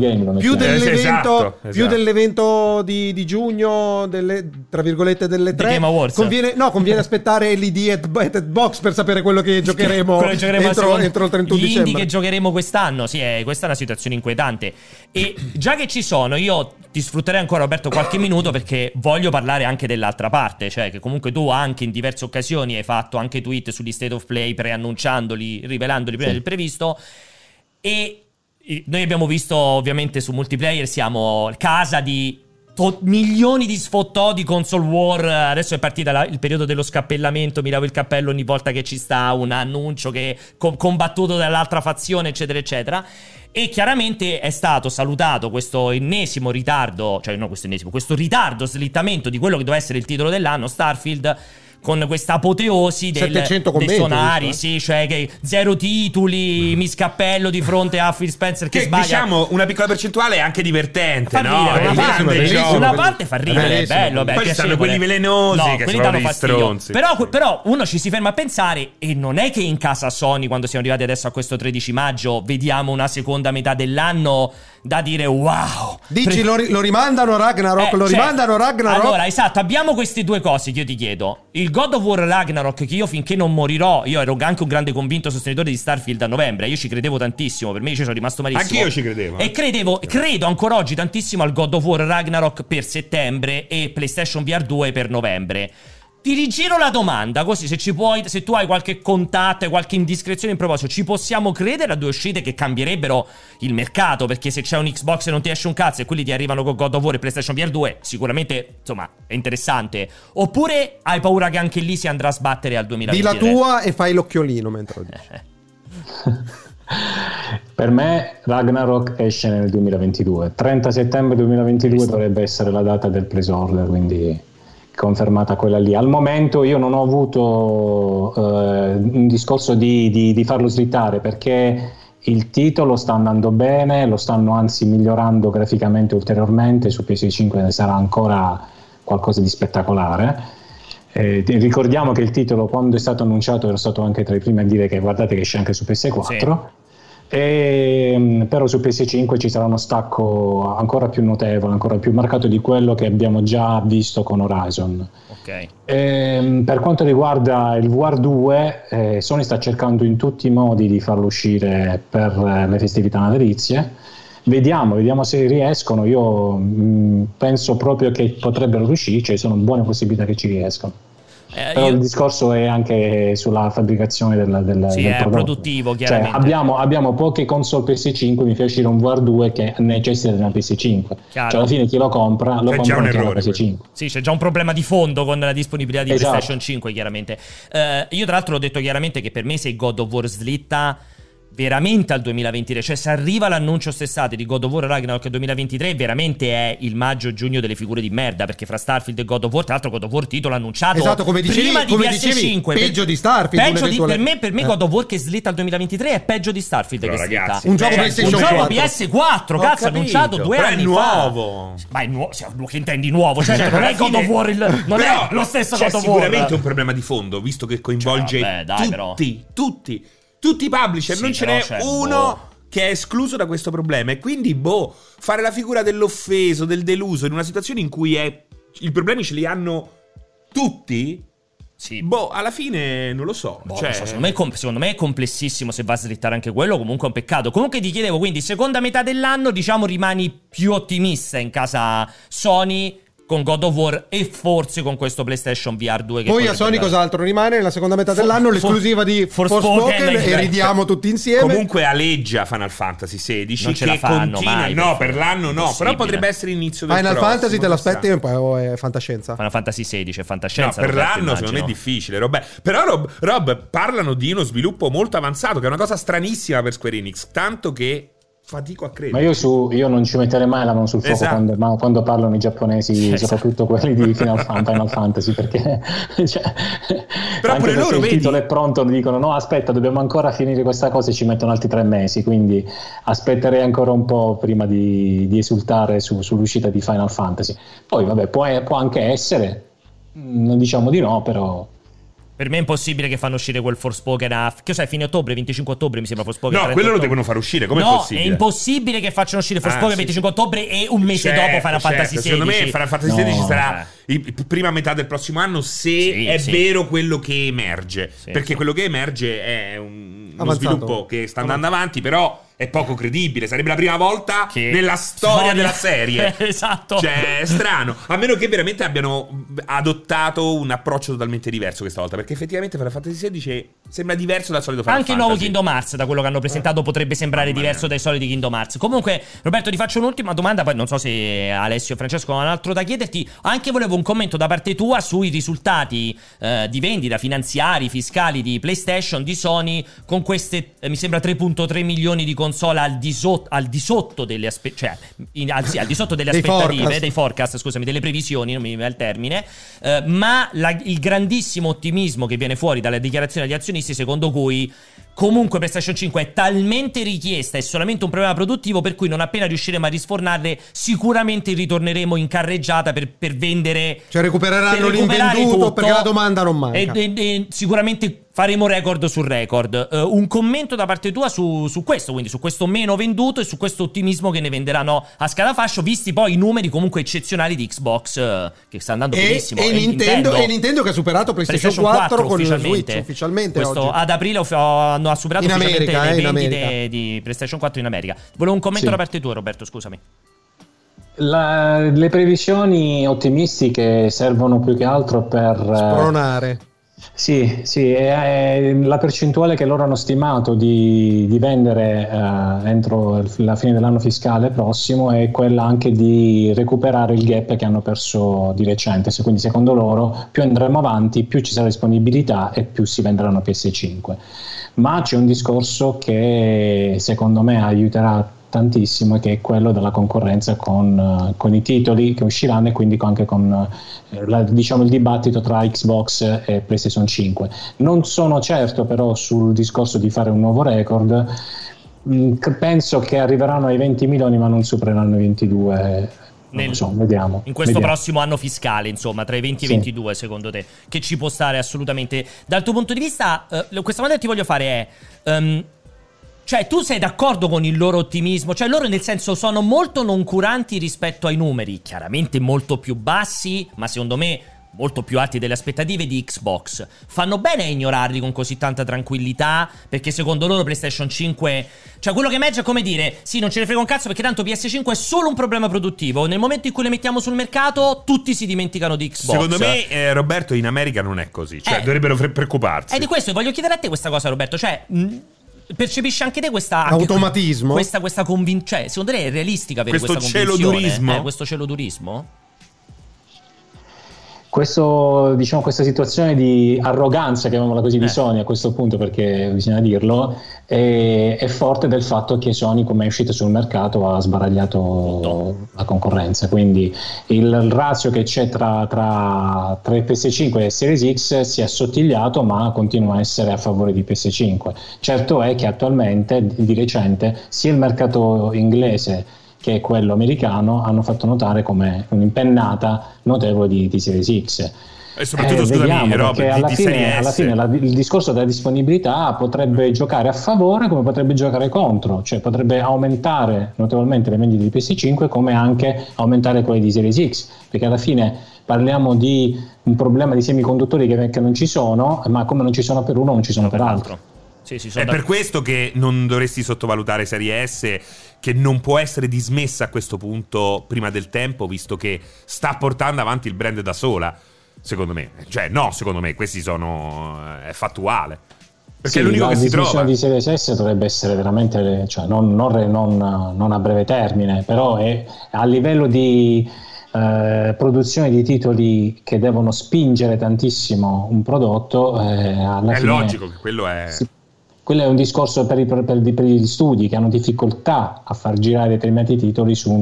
dell'evento, esatto. più dell'evento di giugno, tra virgolette delle The 3, Game Awards. conviene aspettare l'ID at Box per sapere quello che giocheremo, Quello che giocheremo entro il 31 gli dicembre. indie che giocheremo quest'anno. Sì, questa è una situazione inquietante. E già che ci sono, io ti sfrutterei ancora, Roberto, qualche minuto, perché voglio parlare anche dell'altra parte. Cioè che comunque tu anche in diverse occasioni hai fatto anche tweet sugli State of Play preannunciandoli, rivelandoli prima del previsto. E noi abbiamo visto, ovviamente, su multiplayer siamo casa di milioni di sfottò di console war. Adesso è partita il periodo dello scappellamento. Mi lavo il cappello ogni volta che ci sta un annuncio che combattuto dall'altra fazione, eccetera eccetera. E chiaramente è stato salutato questo ennesimo ritardo, cioè no, questo ritardo, slittamento di quello che doveva essere il titolo dell'anno, Starfield, con questa apoteosi dei sonari, sì, cioè che 0 titoli, mi scappello di fronte a Phil Spencer che sbaglia. Diciamo, una piccola percentuale è anche divertente, no? Una parte fa ridere, è bello, poi ci stanno quelli velenosi che sono degli stronzi. Però uno ci si ferma a pensare, e non è che in casa Sony, quando siamo arrivati adesso a questo 13 maggio, vediamo una seconda metà dell'anno da dire wow. Dici lo rimandano Ragnarok, rimandano Ragnarok. Allora, esatto, abbiamo queste due cose che io ti chiedo. Il God of War Ragnarok, che io finché non morirò, io ero anche un grande convinto sostenitore di Starfield a novembre, io ci credevo tantissimo, per me ci sono rimasto malissimo. Anch'io ci credevo. E credo ancora oggi tantissimo al God of War Ragnarok per settembre e PlayStation VR 2 per novembre. Ti rigiro la domanda, così se tu hai qualche contatto e qualche indiscrezione in proposito, ci possiamo credere a due uscite che cambierebbero il mercato? Perché se c'è un Xbox e non ti esce un cazzo e quelli ti arrivano con God of War e PlayStation VR 2, sicuramente, insomma, è interessante. Oppure hai paura che anche lì si andrà a sbattere al 2023? Di la tua e fai l'occhiolino mentre lo dici. Per me Ragnarok esce nel 2022. 30 settembre 2022 dovrebbe essere la data del pre-order, quindi confermata quella lì. Al momento io non ho avuto un discorso di farlo slittare, perché il titolo sta andando bene, lo stanno anzi migliorando graficamente ulteriormente. Su PS5 sarà ancora qualcosa di spettacolare. Ricordiamo che il titolo, quando è stato annunciato, ero stato anche tra i primi a dire che guardate che esce anche su PS4. Sì. Però su PS5 ci sarà uno stacco ancora più notevole, ancora più marcato di quello che abbiamo già visto con Horizon. Okay. Per quanto riguarda il VR 2, Sony sta cercando in tutti i modi di farlo uscire per le festività natalizie. Vediamo se riescono. Io penso proprio che potrebbero riuscire, cioè sono buone possibilità che ci riescano. Però il discorso è anche sulla fabbricazione del è prodotto. Produttivo, chiaramente. Cioè, abbiamo poche console PS5, mi fa uscire un VR 2 che necessita di una PS5. Cioè alla fine chi lo compra lo compra anche una PS5. Sì, c'è già un problema di fondo con la disponibilità di PlayStation 5, chiaramente. Io tra l'altro ho detto chiaramente che per me se God of War slitta veramente al 2023, cioè se arriva l'annuncio st'estate di God of War Ragnarok 2023, veramente è il maggio-giugno delle figure di merda, perché fra Starfield e God of War, tra l'altro God of War titolo annunciato come dicevi, prima di PS5, peggio di Starfield, per me God of War che slitta al 2023 è peggio di Starfield, però, che ragazzi, slitta un gioco PlayStation 4. Un gioco PS4, cazzo, annunciato 2 anni nuovo. Fa. Ma è nuovo, che intendi nuovo? Cioè, non è God of War, non è lo stesso God of War. Sicuramente un problema di fondo, visto che coinvolge tutti i publisher, sì, non ce n'è uno che è escluso da questo problema, e quindi fare la figura dell'offeso, del deluso in una situazione in cui i problemi ce li hanno tutti. Sì. Alla fine non lo so. Secondo me è complessissimo. Se va a slittare anche quello, comunque è un peccato. Comunque ti chiedevo, quindi seconda metà dell'anno, diciamo, rimani più ottimista in casa Sony con God of War e forse con questo PlayStation VR 2 che poi a Sony cos'altro rimane nella seconda metà dell'anno? L'esclusiva di Forspoken e ridiamo tutti insieme. Comunque aleggia Final Fantasy XVI, non ce la fanno mai, no, per l'anno no, però potrebbe essere inizio del Final prossimo. Fantasy te l'aspetti un po', è fantascienza. Final Fantasy XVI è fantascienza. No, per l'anno secondo me è difficile, però Rob, parlano di uno sviluppo molto avanzato, che è una cosa stranissima per Square Enix, tanto che fatico a credere. Ma io non ci metterei mai la mano sul fuoco, esatto, quando parlano i giapponesi, soprattutto quelli di Final Fantasy, perché però pure loro, il titolo è pronto, dicono no, aspetta, dobbiamo ancora finire questa cosa e ci mettono altri 3 mesi, quindi aspetterei ancora un po' prima di esultare sull'uscita di Final Fantasy. Poi vabbè, può anche essere, non diciamo di no, però per me è impossibile che fanno uscire quel Forspoken che sai, fine ottobre, 25 ottobre mi sembra Forspoken. No, quello lo devono far uscire, come è possibile? No, è impossibile che facciano uscire Forspoken 25 ottobre e un mese dopo Final Fantasy XVI. Secondo me Final Fantasy XVI sarà prima metà del prossimo anno, se è vero quello che emerge, perché quello che emerge è uno sviluppo che sta andando avanti, però è poco credibile. Sarebbe la prima volta nella storia della serie. Esatto. Cioè, è strano. A meno che veramente abbiano adottato un approccio totalmente diverso questa volta, perché effettivamente Final Fantasy XVI sembra diverso dal solito Final Fantasy. Anche il nuovo Kingdom Hearts, da quello che hanno presentato, potrebbe sembrare diverso dai soliti Kingdom Hearts. Comunque, Roberto, ti faccio un'ultima domanda, poi non so se Alessio o Francesco hanno altro da chiederti. Anche volevo un commento da parte tua sui risultati di vendita finanziari, fiscali di PlayStation, di Sony, con queste, mi sembra 3.3 milioni di console al di sotto delle al di sotto delle aspettative, dei forecast, scusami, delle previsioni, non mi viene il termine, ma il grandissimo ottimismo che viene fuori dalle dichiarazioni degli azionisti, secondo cui comunque PlayStation 5 è talmente richiesta, è solamente un problema produttivo, per cui non appena riusciremo a risfornarle sicuramente ritorneremo in carreggiata per vendere, cioè recupereranno l'invenduto tutto, perché la domanda non manca e sicuramente faremo record sul record. Un commento da parte tua su questo, quindi su questo meno venduto e su questo ottimismo che ne venderanno a scatafascio, visti poi i numeri comunque eccezionali di Xbox, che sta andando benissimo, e Nintendo che ha superato PlayStation 4 con il Switch ufficialmente questo oggi. Ad aprile ha superato ufficialmente le vendite di PlayStation 4 in America. Volevo un commento da parte tua, Roberto, scusami. Le previsioni ottimistiche servono più che altro per spronare. Sì, è la percentuale che loro hanno stimato di vendere entro la fine dell'anno fiscale prossimo è quella anche di recuperare il gap che hanno perso di recente. Quindi secondo loro più andremo avanti, più ci sarà disponibilità e più si venderanno PS5. Ma c'è un discorso che secondo me aiuterà tantissimo, che è quello della concorrenza con i titoli che usciranno, e quindi anche con il dibattito tra Xbox e PlayStation 5. Non sono certo però sul discorso di fare un nuovo record. Penso che arriveranno ai 20 milioni ma non supereranno i 22. Vediamo. In questo prossimo anno fiscale, insomma, tra i 20 e i 22, secondo te, che ci può stare assolutamente. Dal tuo punto di vista, questa domanda che ti voglio fare è cioè, tu sei d'accordo con il loro ottimismo? Cioè, loro nel senso sono molto noncuranti rispetto ai numeri, chiaramente molto più bassi, ma secondo me molto più alti delle aspettative di Xbox. Fanno bene a ignorarli con così tanta tranquillità, perché secondo loro PlayStation 5, cioè quello che emerge è come dire, sì, non ce ne frega un cazzo perché tanto PS5 è solo un problema produttivo, nel momento in cui le mettiamo sul mercato tutti si dimenticano di Xbox. Secondo me, Roberto, in America non è così, cioè dovrebbero preoccuparsi. È di questo, e voglio chiedere a te questa cosa, Roberto, cioè percepisci anche te questa automatismo? Questa cioè, secondo te è realistica avere questa convinzione? Questo celodurismo? Questa situazione di arroganza, chiamiamola così, di Sony a questo punto, perché bisogna dirlo, è forte del fatto che Sony, come è uscito sul mercato, ha sbaragliato la concorrenza. Quindi il razio che c'è tra PS5 e Series X si è assottigliato, ma continua a essere a favore di PS5. Certo è che attualmente, di recente, sia il mercato inglese che è quello americano, hanno fatto notare come un'impennata notevole di Series X. E soprattutto, scusami, Rob, perché alla fine il discorso della disponibilità potrebbe giocare a favore come potrebbe giocare contro, cioè potrebbe aumentare notevolmente le vendite di PS5 come anche aumentare quelle di Series X, perché alla fine parliamo di un problema di semiconduttori che non ci sono, ma come non ci sono per uno non ci sono per altro. Sì, è per questo che non dovresti sottovalutare Serie S, che non può essere dismessa a questo punto prima del tempo, visto che sta portando avanti il brand da sola. Secondo me, questi sono è fattuale, perché è l'unico che si trova. La dismissione di Series S dovrebbe essere veramente, cioè non a breve termine, però è a livello di produzione di titoli che devono spingere tantissimo un prodotto, alla è fine, logico che quello è. Quello è un discorso per gli studi che hanno difficoltà a far girare determinati titoli su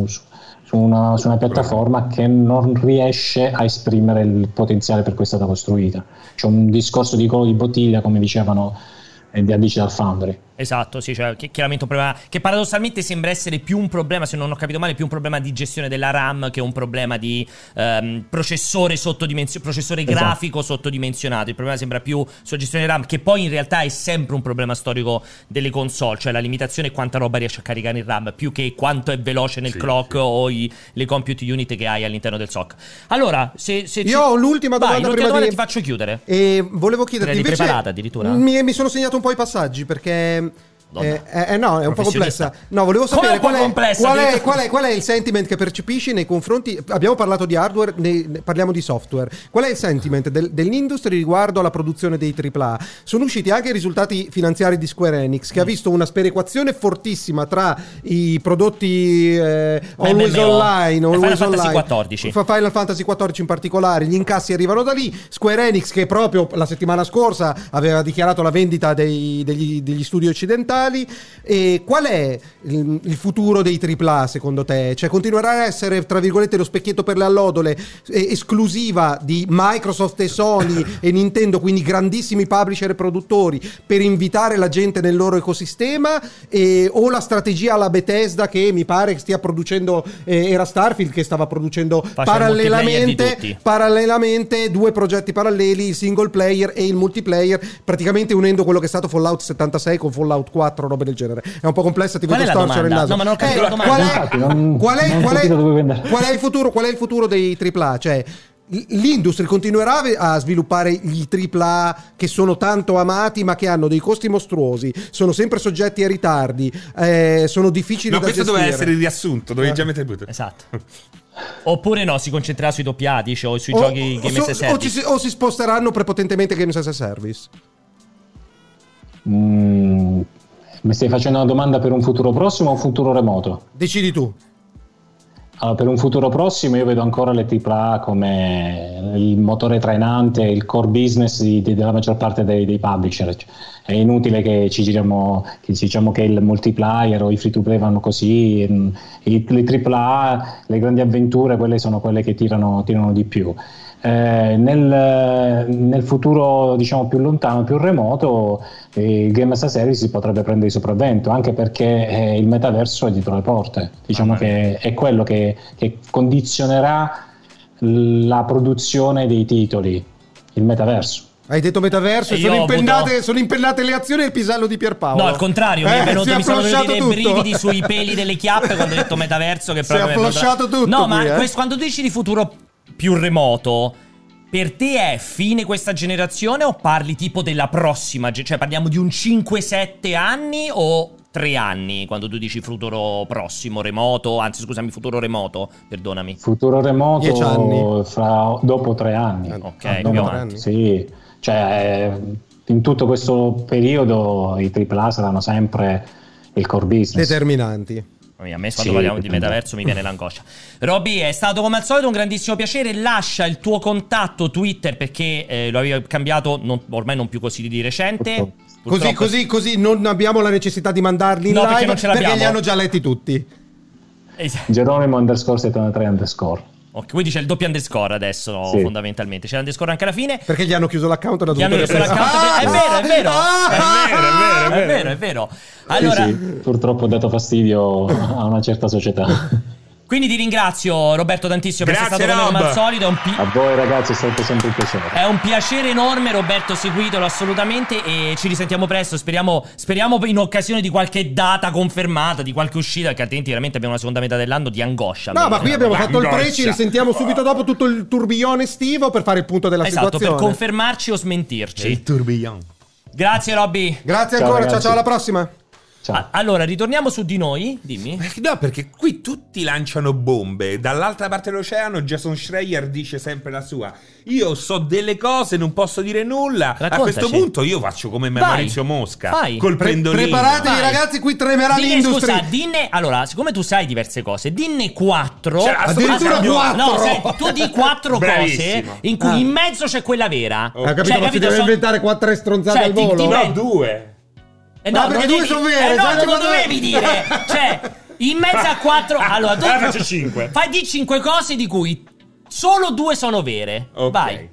una piattaforma che non riesce a esprimere il potenziale per cui è stata costruita. C'è un discorso di collo di bottiglia, come dicevano da Digital Foundry. Esatto, sì, cioè chiaramente un problema che paradossalmente sembra essere più un problema, se non ho capito male, più un problema di gestione della RAM che un problema di processore processore grafico sottodimensionato. Il problema sembra più sulla gestione RAM, che poi in realtà è sempre un problema storico delle console, cioè la limitazione è quanta roba riesce a caricare in RAM, più che quanto è veloce nel clock o le compute unit che hai all'interno del SoC. Allora, se io ho l'ultima domanda prima ti faccio chiudere. E volevo chiederti invece, preparata addirittura. Mi sono segnato un po' i passaggi perché no, è un po' complessa. No, volevo sapere qual è il sentiment che percepisci nei confronti. Abbiamo parlato di hardware, parliamo di software. Qual è il sentiment dell'industria riguardo alla produzione dei AAA? Sono usciti anche i risultati finanziari di Square Enix, che ha visto una sperequazione fortissima tra i prodotti Always Online, Final Fantasy XIV in particolare. Gli incassi arrivano da lì. Square Enix, che proprio la settimana scorsa aveva dichiarato la vendita degli studi occidentali. E qual è il futuro dei AAA secondo te? Cioè continuerà a essere, tra virgolette, lo specchietto per le allodole, esclusiva di Microsoft e Sony e Nintendo, quindi grandissimi publisher e produttori, per invitare la gente nel loro ecosistema, o la strategia alla Bethesda, che mi pare che stia producendo, era Starfield che stava producendo parallelamente due progetti paralleli, il single player e il multiplayer, praticamente unendo quello che è stato Fallout 76 con Fallout 4, robe del genere. È un po' complessa, ti vedo storcere il naso. No, ma non ho capito la domanda. Qual è il futuro dei AAA? Cioè, l'industria continuerà a sviluppare gli AAA che sono tanto amati ma che hanno dei costi mostruosi, sono sempre soggetti a ritardi, sono difficili da gestire. Questo doveva essere il riassunto, dovevi già mettere il butto. Esatto. Oppure no, si concentrerà sui doppiati, cioè, o sui giochi Games as a Service, o si sposteranno prepotentemente Games as a Service. Mi stai facendo una domanda per un futuro prossimo o un futuro remoto? Decidi tu. Allora, per un futuro prossimo io vedo ancora le AAA come il motore trainante, il core business della maggior parte dei publisher. È inutile che ci giriamo, che diciamo che il multiplayer o i free to play vanno così. Le AAA, le grandi avventure, quelle sono quelle che tirano di più. Nel futuro, diciamo, più lontano, più remoto, il Game as a Service si potrebbe prendere il sopravvento, anche perché il metaverso è dietro le porte. Diciamo che è quello che condizionerà la produzione dei titoli, il metaverso. Hai detto metaverso e sono impennate le azioni del pisello di Pierpaolo. No, al contrario, mi sono venuti dei brividi sui peli delle chiappe quando ho detto metaverso, che proprio si è afflosciato tutto. No, ma quando tu dici di futuro più remoto, per te è fine questa generazione o parli tipo della prossima? Cioè parliamo di un 5-7 anni o 3 anni quando tu dici futuro prossimo, remoto, anzi scusami, futuro remoto, perdonami. Futuro remoto 10 anni. Dopo 3 anni. Ok, più avanti. Sì, cioè in tutto questo periodo i AAA saranno sempre il core business. Determinanti. A me quando parliamo di metaverso mi viene l'angoscia. Robby, è stato come al solito un grandissimo piacere. Lascia il tuo contatto Twitter, perché lo avevi cambiato ormai non più così di recente. Così non abbiamo la necessità di mandarli in live, perché li hanno già letti tutti. Geronimo _73_. Ok, quindi c'è il doppio underscore adesso, Sì. fondamentalmente. C'è l'underscore anche alla fine. Perché gli hanno chiuso l'account e l'ha Gli hanno dovuto chiuso l'account. È vero. Allora, Sì, purtroppo ho dato fastidio a una certa società. quindi ti ringrazio Roberto tantissimo per essere Grazie, stato con me come Rob. al solito. A voi ragazzi è stato sempre un piacere. È un piacere enorme, Roberto, seguitelo assolutamente e ci risentiamo presto. Speriamo in occasione di qualche data confermata, di qualche uscita, perché altrimenti veramente abbiamo una seconda metà dell'anno di angoscia. No, ma qui abbiamo fatto il Angoscia. pre, ci risentiamo subito dopo tutto il tourbillon estivo per fare il punto della Esatto, per situazione. confermarci o smentirci. tourbillon. Grazie Robby. Grazie Ciao, ancora, ragazzi. ciao, alla prossima. Ciao. Allora, ritorniamo su di noi, dimmi. No, perché qui tutti lanciano bombe. Dall'altra parte dell'oceano Jason Schreier dice sempre la sua. Io so delle cose, non posso dire nulla. A Raccontaci. questo punto io faccio come Vai. Maurizio Mosca. Vai. Col pendolino. Preparatevi Vai. ragazzi, qui tremerà Dinne, l'industria. scusa, dinne. Allora, siccome tu sai diverse cose, dinne 4. Cioè, addirittura ascolta, 4. No, senti, tu di 4 cose Bravissimo. in cui in mezzo c'è quella vera. Oh. Hai capito, Cioè, ma si deve so- inventare 4 stronzate Cioè, al ti- volo? ti- No, 2. No, perché non due sono vere, no, sai non lo cosa- dovevi dire. Cioè, in mezzo a 4. Allora, tu faccio 5. Fai di 5 cose di cui solo 2 sono vere. Ok. Vai.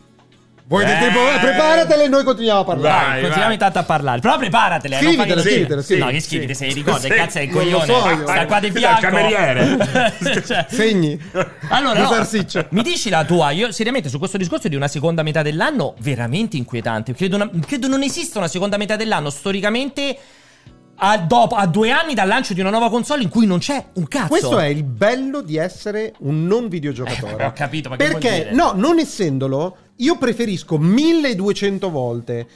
Voi del tempo, preparatele e noi continuiamo a parlare. Vai, Continuiamo vai. intanto a parlare. Però preparatele. non Scrivitele, fai- scrivitele, sì. No, che scrivete? Se ricorda, Sì, che cazzo è il non lo coglione? so io. Sta qua di Dal fianco. cameriere. Cioè, Segni. allora, Di no, salsiccia. mi dici la tua? Io seriamente su questo discorso di una seconda metà dell'anno veramente inquietante. Credo non esista una seconda metà dell'anno storicamente a 2 anni dal lancio di una nuova console in cui non c'è un cazzo. Questo è il bello di essere un non videogiocatore. Ho capito, ma che vuol Perché, dire? no, non essendolo, io preferisco 1200 volte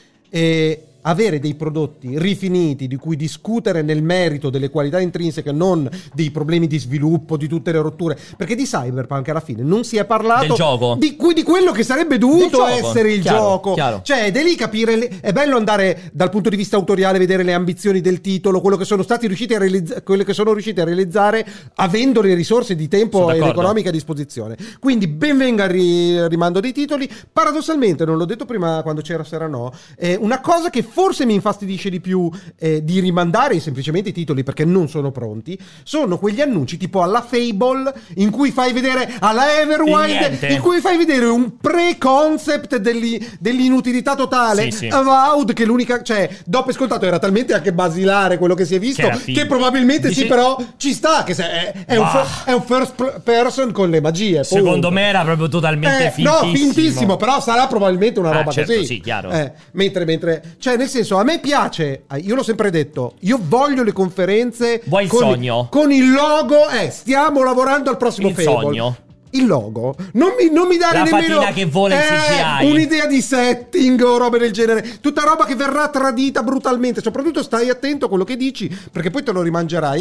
avere dei prodotti rifiniti di cui discutere nel merito delle qualità intrinseche, non dei problemi di sviluppo, di tutte le rotture. Perché di Cyberpunk alla fine non si è parlato Del gioco. di quello che sarebbe dovuto Del gioco. essere il Chiaro, gioco. chiaro. Cioè, ed è lì capire. È bello andare dal punto di vista autoriale, vedere le ambizioni del titolo, quello che sono stati riusciti a realizzare, quelle che sono riusciti a realizzare avendo le risorse di tempo Sono ed d'accordo. economica a disposizione. Quindi ben venga il rimando dei titoli. Paradossalmente, non l'ho detto prima quando c'era Serrano, una cosa che forse mi infastidisce di più di rimandare semplicemente i titoli perché non sono pronti, sono quegli annunci tipo alla Fable in cui fai vedere, alla Everwild Niente. in cui fai vedere un pre-concept dell'inutilità totale. Sì, sì. Avowed, che l'unica, cioè, dopo è scontato, era talmente anche basilare quello che si è visto Che era figo. che probabilmente Dice- sì, però ci sta che è un first person con le magie. Secondo punto. me era proprio totalmente fintissimo. No, fintissimo, però sarà probabilmente una roba certo, così. sì, chiaro. Mentre, cioè, nel senso, a me piace, io l'ho sempre detto, io voglio le conferenze. Vuoi il sogno? Con il logo, stiamo lavorando al prossimo Il Fable. sogno. Il logo, non mi dare La nemmeno fatina che vola in CGI. un'idea di setting o robe del genere, tutta roba che verrà tradita brutalmente. Soprattutto stai attento a quello che dici, perché poi te lo rimangerai.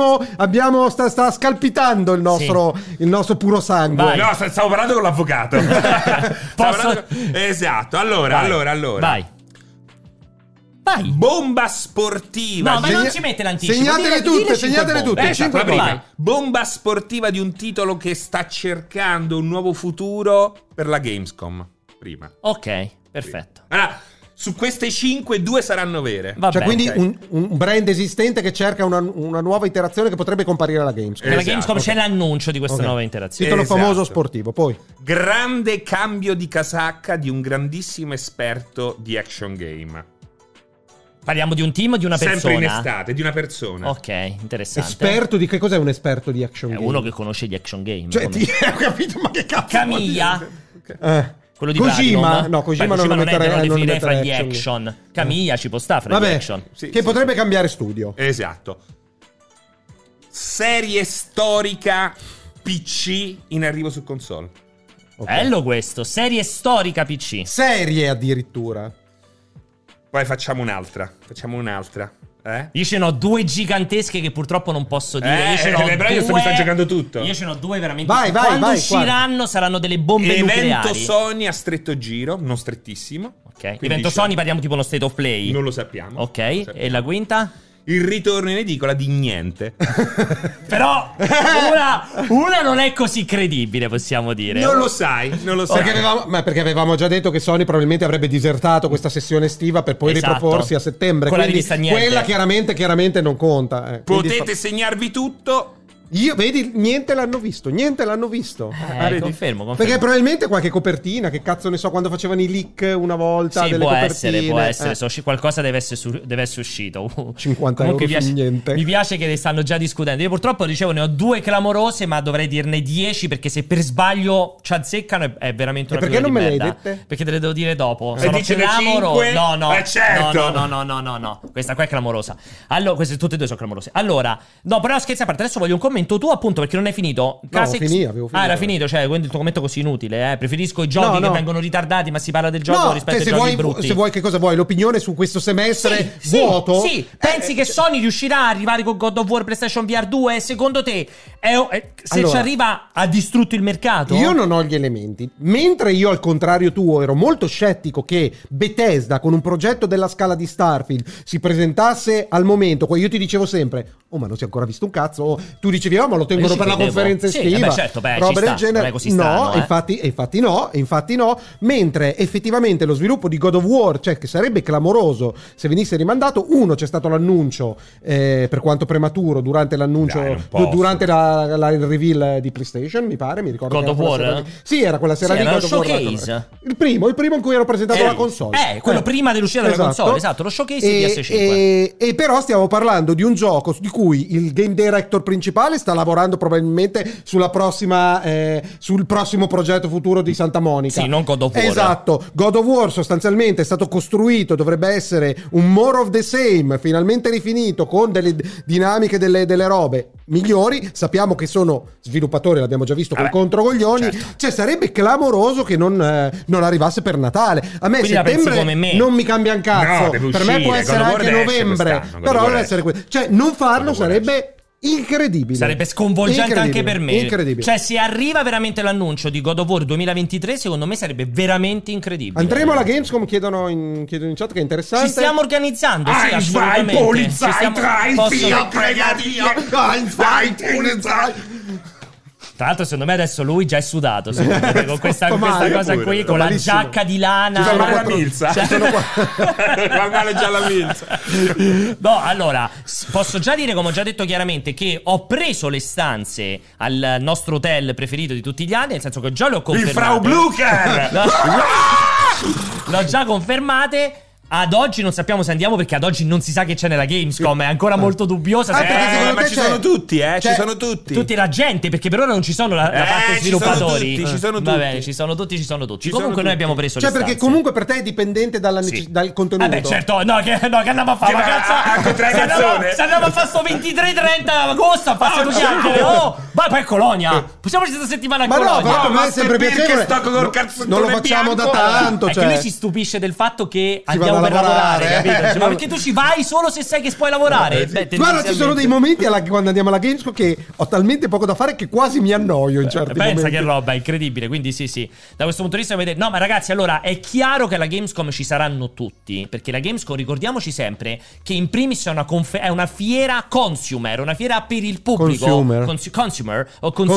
Sta scalpitando il nostro puro sangue. Vai. No, stavo parlando con l'avvocato. Posso- Esatto. Allora. Vai. Bomba sportiva. No, ma non ci mette l'anticipo. Segnatele tutte, segnatele tutte. Esatto, Cinque la prima. Vai. Bomba sportiva di un titolo che sta cercando un nuovo futuro per la Gamescom. Prima. Ok, perfetto. Allora, su queste 5, 2 saranno vere. Va Cioè, bene. quindi ok. un brand esistente che cerca una nuova iterazione che potrebbe comparire alla Gamescom. Nella Esatto. Gamescom c'è l'annuncio di questa Ok. nuova interazione. Titolo Esatto. famoso sportivo. Poi Grande cambio di casacca di un grandissimo esperto di action game. Parliamo di un team o di una persona? Sempre in estate, di una persona. Ok, interessante. esperto di che cos'è un esperto di action È game? uno che conosce gli action game. Cioè, come- ho capito, ma che cazzo Camilla. vuol dire? Quello di Kojima? Platinum. No, Kojima non lo è, metterei- non lo non lo definirei fra gli metterei action. Camilla ci può stare fra gli Vabbè, action. Sì, che sì, potrebbe cambiare studio. Esatto. Serie storica PC in arrivo su console. Ok. Bello questo. Serie storica PC. Serie addirittura. Poi facciamo un'altra. Io ce n'ho 2 gigantesche che purtroppo non posso dire. Io ce n'ho però io mi sto giocando tutto. Io ce n'ho 2 veramente. Vai, vai, Quando vai, usciranno saranno delle bombe Evento nucleari. Sony a stretto giro, non strettissimo. Ok. Quindi Evento c'è- Sony parliamo tipo uno State of Play. Non lo sappiamo. Ok. Non lo sappiamo. E la quinta? Il ritorno in edicola di niente. Però una non è così credibile, possiamo dire. Non lo sai. Perché avevamo già detto che Sony probabilmente avrebbe disertato questa sessione estiva per poi Esatto. riproporsi a settembre. Quella di Quindi vista niente. quella chiaramente non conta. Quindi Potete segnarvi tutto. Vedi, niente l'hanno visto. Confermo. Perché probabilmente qualche copertina, che cazzo ne so, quando facevano i leak una volta, sì, delle copertine. Può essere. Qualcosa deve essere uscito. 50 euro su niente. Mi piace che ne stanno già discutendo. Io purtroppo dicevo ne ho 2 clamorose, ma dovrei dirne 10, perché se per sbaglio ci azzeccano è veramente una perché non di me le hai merda. dette? Perché te le devo dire dopo. E dice le 5? No. Certo. No. Questa qua è clamorosa. Allora, queste tutte e 2 sono clamorose. Allora, no, però scherzi a parte, adesso voglio un commento tuo, appunto, perché non hai finito. Avevo finito. Era finito, cioè, quindi il tuo commento così inutile, Preferisco i giochi che vengono ritardati, ma si parla del gioco rispetto ai giochi brutti. Se vuoi, che cosa vuoi? L'opinione su questo semestre vuoto? Sì, pensi che Sony riuscirà a arrivare con God of War PlayStation VR 2? Secondo te, se ci arriva, ha distrutto il mercato? Io non ho gli elementi. Mentre io, al contrario tuo, ero molto scettico che Bethesda, con un progetto della scala di Starfield, si presentasse al momento. Io ti dicevo sempre, ma non si è ancora visto un cazzo. Tu dicevi, ma lo tengono per la conferenza estiva. Certo, roba del genere. Non è così strano, infatti no. Mentre effettivamente lo sviluppo di God of War, cioè, che sarebbe clamoroso se venisse rimandato. C'è stato l'annuncio, per quanto prematuro, durante l'annuncio, durante il reveal di PlayStation, mi ricordo. God of War? Sì, era quella sera lì. Era lo showcase. Il primo in cui ero presentato la console. Quello prima dell'uscita della console, esatto, lo showcase di PS5. E però stiamo parlando di un gioco di cui il game director principale sta lavorando probabilmente sul prossimo progetto futuro di Santa Monica. Sì, non God of War. Esatto. God of War sostanzialmente è stato costruito, dovrebbe essere un more of the same, finalmente rifinito, con delle dinamiche, delle robe migliori. Sappiamo che sono sviluppatori, l'abbiamo già visto, con controcoglioni. Certo. Cioè, sarebbe clamoroso che non arrivasse per Natale. A me settembre non mi cambia un cazzo. Per me può essere anche novembre, però deve essere cioè, non farlo sarebbe incredibile. Sarebbe sconvolgente anche per me. Incredibile. Cioè, se arriva veramente l'annuncio di God of War 2023, secondo me sarebbe veramente incredibile. Andremo alla Gamescom, chiedono in chat, che è interessante. Ci stiamo organizzando, sì, assolutamente. Tra l'altro, secondo me adesso lui già è sudato con questa cosa qui, con la giacca di lana. Ci la milza. Va male già la milza. No, allora, posso già dire, come ho già detto chiaramente, che ho preso le stanze al nostro hotel preferito di tutti gli anni, nel senso che già le ho confermate. Il Frau Blucher! L'ho già confermate. Ad oggi non sappiamo se andiamo, perché ad oggi non si sa che c'è nella Gamescom, è ancora molto dubbiosa. Ma ci sono tutti, ci sono tutti. Tutti la gente, perché per ora non ci sono la parte sviluppatori. Ci sono tutti. Va bene, ci sono tutti. Comunque noi abbiamo preso le stanze. Perché comunque per te è dipendente dal contenuto. Vabbè, certo, che andiamo a fare? Ma cazzo, se andiamo a fare sto 23-30 agosto a fare due chiacchiere. Ma poi Colonia. Possiamo questa settimana a Colonia. No, per me è sempre piacevole. Non lo facciamo da tanto. È che lui si stupisce del fatto che andiamo per lavorare, capito? Ma perché tu ci vai solo se sai che puoi lavorare? Guarda, ci sono dei momenti quando andiamo alla Gamescom che ho talmente poco da fare che quasi mi annoio in certi momenti. Pensa che roba, è incredibile. Quindi sì, da questo punto di vista vedete. No, ma ragazzi, allora è chiaro che alla Gamescom ci saranno tutti, perché la Gamescom, ricordiamoci sempre che in primis è una fiera consumer, una fiera per il pubblico. Consumer.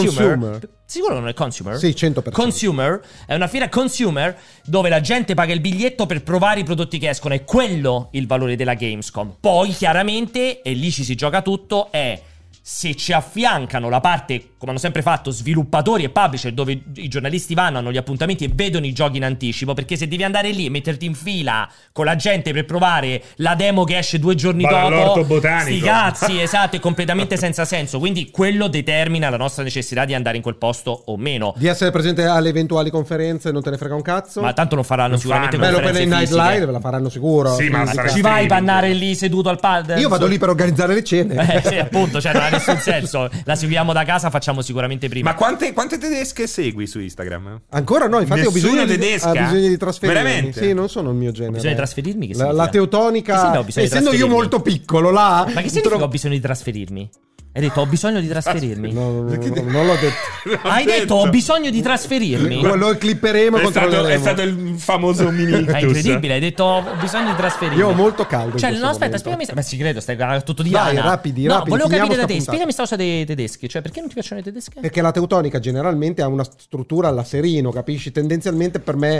Sicuro che non è consumer? Sì, 100%. Consumer è una fiera consumer dove la gente paga il biglietto per provare i prodotti che escono. È quello il valore della Gamescom. Poi chiaramente, e lì ci si gioca tutto, è se ci affiancano la parte, come hanno sempre fatto, sviluppatori e publisher, dove i giornalisti vanno, hanno gli appuntamenti e vedono i giochi in anticipo, perché se devi andare lì e metterti in fila con la gente per provare la demo che esce 2 giorni dopo, sti cazzi, esatto, è completamente senza senso. Quindi quello determina la nostra necessità di andare in quel posto o meno. Di essere presente alle eventuali conferenze, non te ne frega un cazzo. Ma tanto non faranno sicuramente Bello conferenze per il Night Live, la faranno sicuro. Sì, ma ci vai a pannare lì seduto al pad? Io vado lì per organizzare le cene. Sì, appunto, cioè non ha nessun senso. La seguiamo da casa, facciamo sicuramente prima. Ma quante tedesche segui su Instagram? Ancora no, infatti Nessuna ho bisogno di trasferirmi. Veramente? Sì, non sono il mio genere. Bisogna trasferirmi? Che la teutonica, essendo io molto piccolo là. Ma che significa ho bisogno di trasferirmi? Hai detto ho bisogno di trasferirmi? No, non l'ho detto. Hai detto ho bisogno di trasferirmi? Lo clipperemo, è stato il famoso mini. È incredibile, hai detto ho bisogno di trasferirmi. Io ho molto caldo. Cioè, no, aspetta, spiegami. Ma sì, credo, stai tutto di Dai, lana. rapidi. Volevo capire da te. Spiegami sta cosa dei tedeschi. Cioè, perché non ti piacciono le tedesche? Perché la teutonica generalmente ha una struttura alla Serino, capisci? Tendenzialmente per me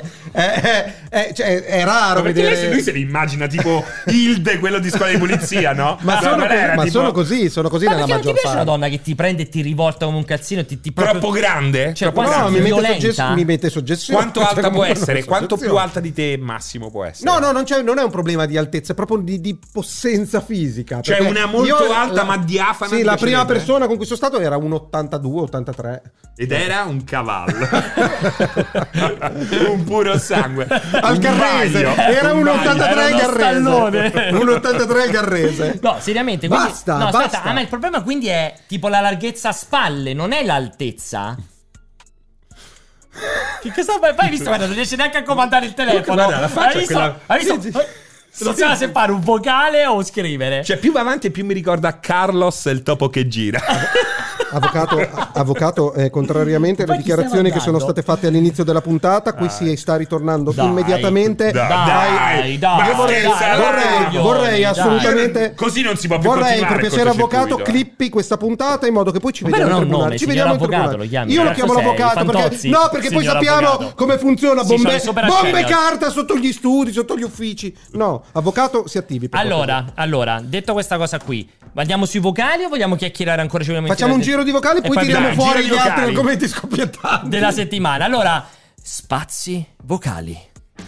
è raro vedere. Lui se li immagina tipo Hilde, quello di scuola di polizia, no? Ma sono così nella maggior maggior piace una parte. donna che ti prende e ti rivolta come un calzino e ti Troppo grande? Cioè, Troppo quasi grande? mi mette soggezione. Quanto alta può comunque essere? una Quanto più soggezione. alta di te Massimo può essere? No, non è un problema di altezza, è proprio di possenza fisica. Cioè, perché una molto alta ma diafana. Sì, ti la prima piacerebbe? persona con cui sono stato era un 82-83. Ed era un cavallo. Un puro sangue. Al Un Garrese, maglio. era un maglio. 83 era uno stallone. Garrese. Un 83 Garrese. No, seriamente, quindi... Basta, no, aspetta, basta. ma il problema quindi è tipo la larghezza a spalle, non è l'altezza? Che cosa fai? Hai visto? Guarda, non riesce neanche a comandare il telefono. Guarda, la faccia Hai visto? quella- Hai visto? Sì, Non sa se fare un vocale o scrivere. Cioè, più va avanti e più mi ricorda Carlos il topo che gira. Avvocato, contrariamente alle Ma chi stai dichiarazioni che sono mandando? state fatte all'inizio della puntata, qui si sta ritornando Dai, immediatamente. Dai, Ma Vorrei assolutamente. Così non si può più Vorrei, continuare per il piacere, avvocato, cortocircuito. clippi questa puntata in modo che poi ci Vabbè, vediamo in non ha un tribunale. nome, Ci signor vediamo in avvocato, tribunale. lo chiami. Io lo Cazzo chiamo sei, l'avvocato Fantozzi? perché perché poi Signor sappiamo avvocato. come funziona Sì, bombe, sono super bombe ascella. carta sotto gli studi, sotto gli uffici. No, avvocato, si attivi. per Allora, detto questa cosa qui, andiamo sui vocali o vogliamo chiacchierare ancora? Facciamo un giro di vocali, E poi tiriamo dai, fuori giro gli di altri vocali. argomenti scoppiettanti della settimana. Allora, spazi vocali.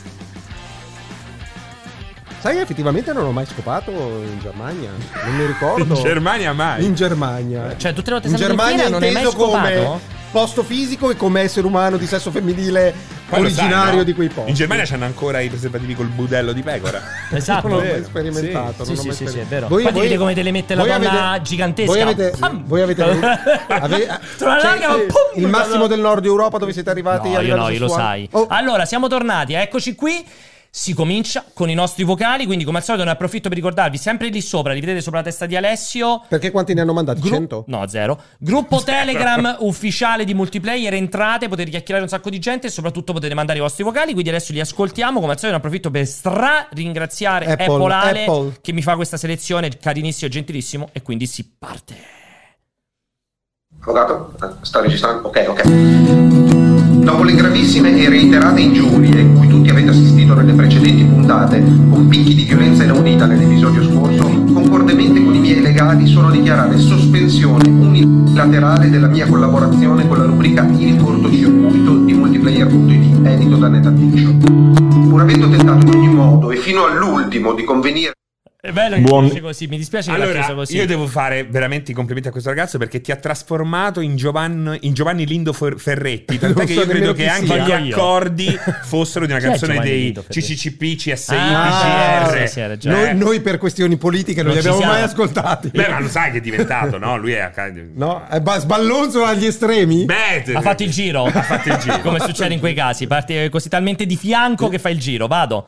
Sai che effettivamente non ho mai scopato in Germania. Non mi ricordo. In Germania mai. In Germania. Cioè, tutte le volte in sei andato in Germania fiera non hai mai inteso come scopato? posto fisico e come essere umano di sesso femminile Poi lo sai, originario no? di quei posti. In Germania c'hanno ancora i preservativi col budello di pecora. Esatto. Non l'ho Vero. mai sperimentato. Sì, non l'ho sì, mai sì, sì, è sperimentato. vero. Infatti vedi come te le mette la voi donna gigantesca. Pam! Voi avete Tra la larga, ma pum! il massimo del nord Europa dove siete arrivati a livello io lo sessuale? sai. Oh, Allora, siamo tornati, eccoci qui. Si comincia con i nostri vocali, quindi come al solito ne approfitto per ricordarvi, sempre lì sopra, li vedete sopra la testa di Alessio. perché quanti ne hanno mandati? 100? No, 0. Gruppo Telegram ufficiale di Multiplayer, entrate, potete chiacchierare un sacco di gente e soprattutto potete mandare i vostri vocali, quindi adesso li ascoltiamo. Come al solito ne approfitto per ringraziare Apple Ale, che mi fa questa selezione, carinissimo e gentilissimo, e quindi si parte. Avvocato? Sta registrando? Ok. Dopo le gravissime e reiterate ingiurie cui tutti avete assistito nelle precedenti puntate, con picchi di violenza inaudita nell'episodio scorso, concordemente con i miei legali sono a dichiarare sospensione unilaterale della mia collaborazione con la rubrica Il cortocircuito di Multiplayer.it, edito da NetAddiction. Pur avendo tentato in ogni modo e fino all'ultimo di convenire. È bello che dice così, mi dispiace che l'ha Allora, chiuso così. io devo fare veramente i complimenti a questo ragazzo perché ti ha trasformato in Giovanni Lindo Ferretti. Tant'è Non che so io credo nemmeno che chi anche sia. gli accordi fossero di una Chi è canzone Giovanni dei Lindo Ferretti? CCCP, CSI, Ah, PCR. sì, hai ragione. Noi per questioni politiche non Non li ci abbiamo mai siamo. ascoltati. Beh, ma lo sai che è diventato, no? Lui è No, è sballonzo agli estremi. Beh, Ha fatto il giro. Ha fatto il giro. Come succede in quei casi. Parti così talmente di fianco che fa il giro. Vado.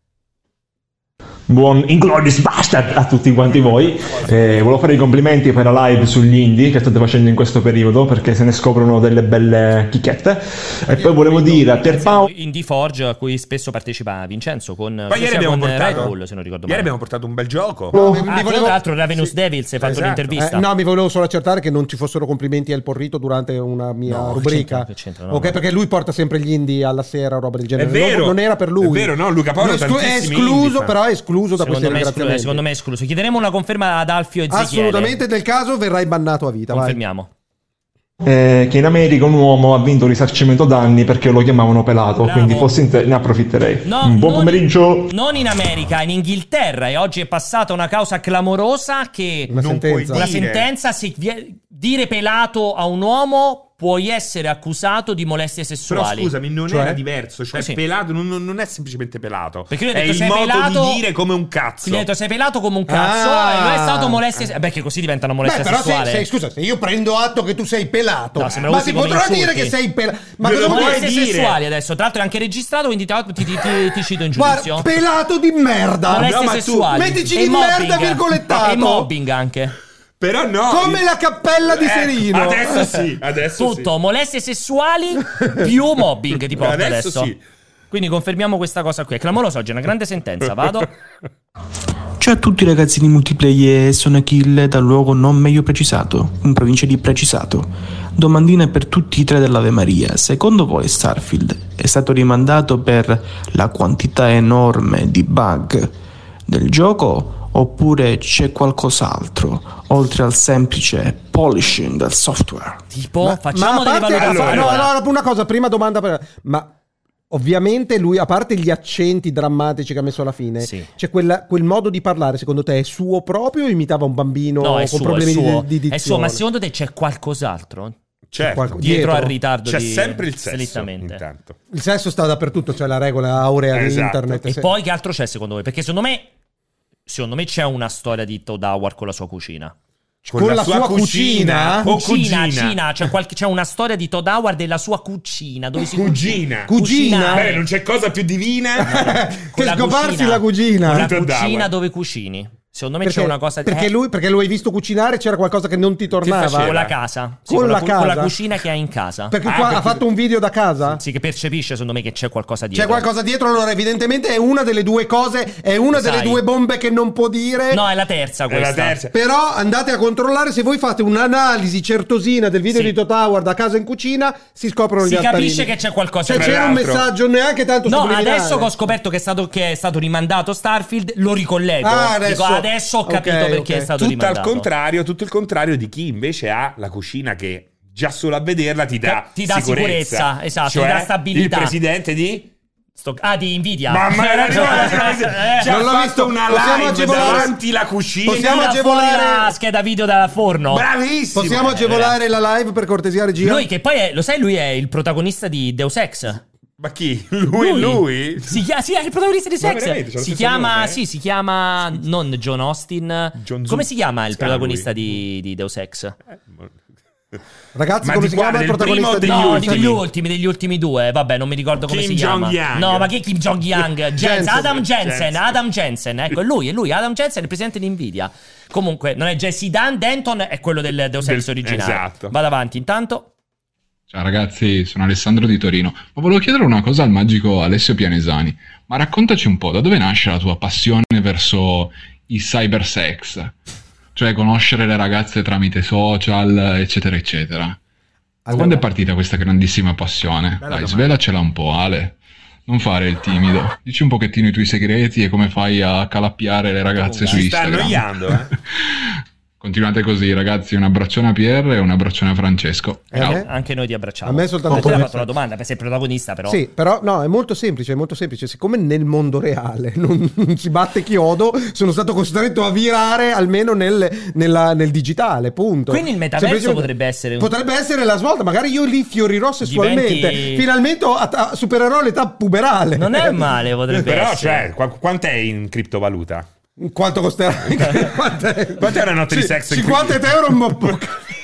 Buon Inglorious Bastard a tutti quanti voi. Volevo fare i complimenti per la live sugli indie che state facendo in questo periodo perché se ne scoprono delle belle chicchette. E poi volevo dire a Pierpaolo Indie Forge a cui spesso partecipa Vincenzo con, Poi ieri abbiamo con Red portato Bull, se non ricordo Ieri male. abbiamo portato un bel gioco. Tra l'altro Ravenous Devils hai fatto esatto. un'intervista. No, mi volevo solo accertare che non ci fossero complimenti al Porrito durante una mia No, rubrica. che c'entra, no, ok, no. perché lui porta sempre gli indie alla sera o roba del È genere. vero. Non era per lui. È vero, no, Luca Paolo No, è escluso, però è escluso da questi ringraziamenti. Secondo me è escluso. Chiederemo una conferma ad Alfio e Ezechiele. Assolutamente, nel caso verrai bannato a vita. Vai. Confermiamo. che in America un uomo ha vinto risarcimento danni perché lo chiamavano pelato, Bravo. quindi ne approfitterei. No, Buon non- pomeriggio. Non in America, in Inghilterra. E oggi è passata una causa clamorosa che Una Non sentenza. puoi una dire. sentenza, se dire pelato a un uomo puoi essere accusato di molestie Però sessuali. scusami, non Cioè? era diverso. Cioè, Sì. pelato non è semplicemente pelato. Perché lui ha è detto il sei modo pelato, di dire come un cazzo. Quindi ha detto sei pelato come un cazzo e lui è stato molestie. Beh, che così diventano Beh, molestie però sessuali. scusa, se io prendo atto che tu sei pelato, No, se me lo ma usi si come potrà insulti. dire che sei pelato. Ma Me cosa lo vuol vuoi dire? molestie dire? sessuali adesso. Tra l'altro è anche registrato, quindi ti cito in Guarda, giudizio. pelato di merda. Molestie No, ma tu sessuali. mettici E di merda mobbing. virgolettato. E mobbing anche. Però no. Come la cappella di Serino. Adesso sì, adesso Tutto, molestie sessuali più mobbing ti porta Adesso adesso. sì. Quindi confermiamo questa cosa qui. È clamoroso oggi, è una grande sentenza. Vado. Ciao a tutti ragazzi di Multiplayer, sono Achille dal luogo non meglio precisato, in provincia di Precisato. Domandina per tutti i tre dell'Ave Maria. Secondo voi Starfield è stato rimandato per la quantità enorme di bug del gioco Oppure c'è qualcos'altro, oltre al semplice polishing del software? Tipo, facciamo delle valutazioni. No, una cosa, prima domanda. Ma ovviamente lui, a parte gli accenti drammatici che ha messo alla fine, Sì. c'è quel modo di parlare, secondo te è suo proprio o imitava un bambino No, è con suo, problemi è suo. di dizione? È suo, ma secondo te c'è qualcos'altro? Certo. Dietro al ritardo C'è di sempre il sesso, strettamente. intanto. Il sesso sta dappertutto, c'è la regola aurea di Esatto. internet. E se- poi che altro c'è secondo voi? Perché secondo me c'è una storia di Todd Howard con la sua cucina. Con la sua cucina? O Cucina, c'è una storia di Todd Howard della sua cucina dove si Cugina. Cugina? Beh, non c'è cosa più divina. Che scoparsi la cucina. Con la Todd cucina Howard. dove cucini. Secondo me c'è una cosa perché lui hai visto cucinare, c'era qualcosa che non ti tornava. faceva? con la casa. Sì, Con la con la casa? cucina che ha in casa. Perché qua ha fatto un video da casa? Sì, che percepisce secondo me che c'è qualcosa C'è dietro. qualcosa dietro, allora evidentemente è una delle due cose, è una delle Sai. due bombe che non può dire. No, è la terza È questa. la terza. Però andate a controllare, se voi fate un'analisi certosina del video Sì. di Todd Howard a casa in cucina, si scoprono Si gli altarini. capisce che c'è qualcosa Cioè dietro. c'era un l'altro. messaggio neanche tanto No, subliminale. adesso che ho scoperto che è stato rimandato Starfield, lo ricollego. Ah, adesso- Dico, adesso ho capito ok, perché ok. è stato Tutto rimandato. tutto il contrario di chi invece ha la cucina che già solo a vederla ti dà sicurezza, esatto, Cioè, ti dà stabilità. Il presidente di... di Nvidia. Mamma mia, ci ha Non l'ho fatto visto. una Possiamo live agevolare- davanti la cucina. Possiamo Tira agevolare- fuori la scheda video da forno. Bravissimo. Possiamo agevolare la live per cortesia, regia? Lui che poi è, lo sai, lui è il protagonista di Deus Ex. Ma chi? Lui? Sì, è il protagonista di Ma Deus veramente, Ex. c'ha lo Si stesso chiama, nome? sì, si chiama non John Austin. John Come Zu- si chiama il si chiama protagonista lui? di Deus Ex? Ragazzi, Ma come di si qua, chiama il del protagonista primo di o Degli ultimi due. Vabbè, non mi ricordo come Kim si chiama. Jong-yang. No, ma che Kim Jong-yang? Jensen. Adam Jensen. Jensen. Adam Jensen. Ecco, è lui. Adam Jensen, il presidente di Nvidia. Comunque, non è Jesse Denton, è quello del Deus Ex originale. Esatto. Vado avanti, intanto. Ciao ragazzi, sono Alessandro di Torino. Ma volevo chiedere una cosa al magico Alessio Pianesani. Ma raccontaci un po', da dove nasce la tua passione verso i cybersex? Cioè conoscere le ragazze tramite social, eccetera, eccetera. Allora, Quando è partita questa grandissima passione? Bella Dai, domanda. svelacela un po', Ale. Non fare il timido. Dici un pochettino i tuoi segreti e come fai a calappiare le ragazze su Si sta Instagram. annoiando, Continuate così, ragazzi. Un abbraccione a Pierre e un abbraccione a Francesco. E a me? Anche noi ti abbracciamo. A me soltanto Te l'ha come- fatto la domanda, per sei il protagonista, però. Sì, però no, è molto semplice, siccome nel mondo reale non si batte chiodo, sono stato costretto a virare almeno nel digitale, punto. Quindi il metaverso Semplicemente- potrebbe essere un... Potrebbe essere la svolta, magari io lì fiorirò sessualmente, Diventi- finalmente supererò l'età puberale. Non è male, potrebbe Però, essere. cioè, quant'è in criptovaluta? Quanto costerà? Quant'è una notte di sex in 50 euro un po'.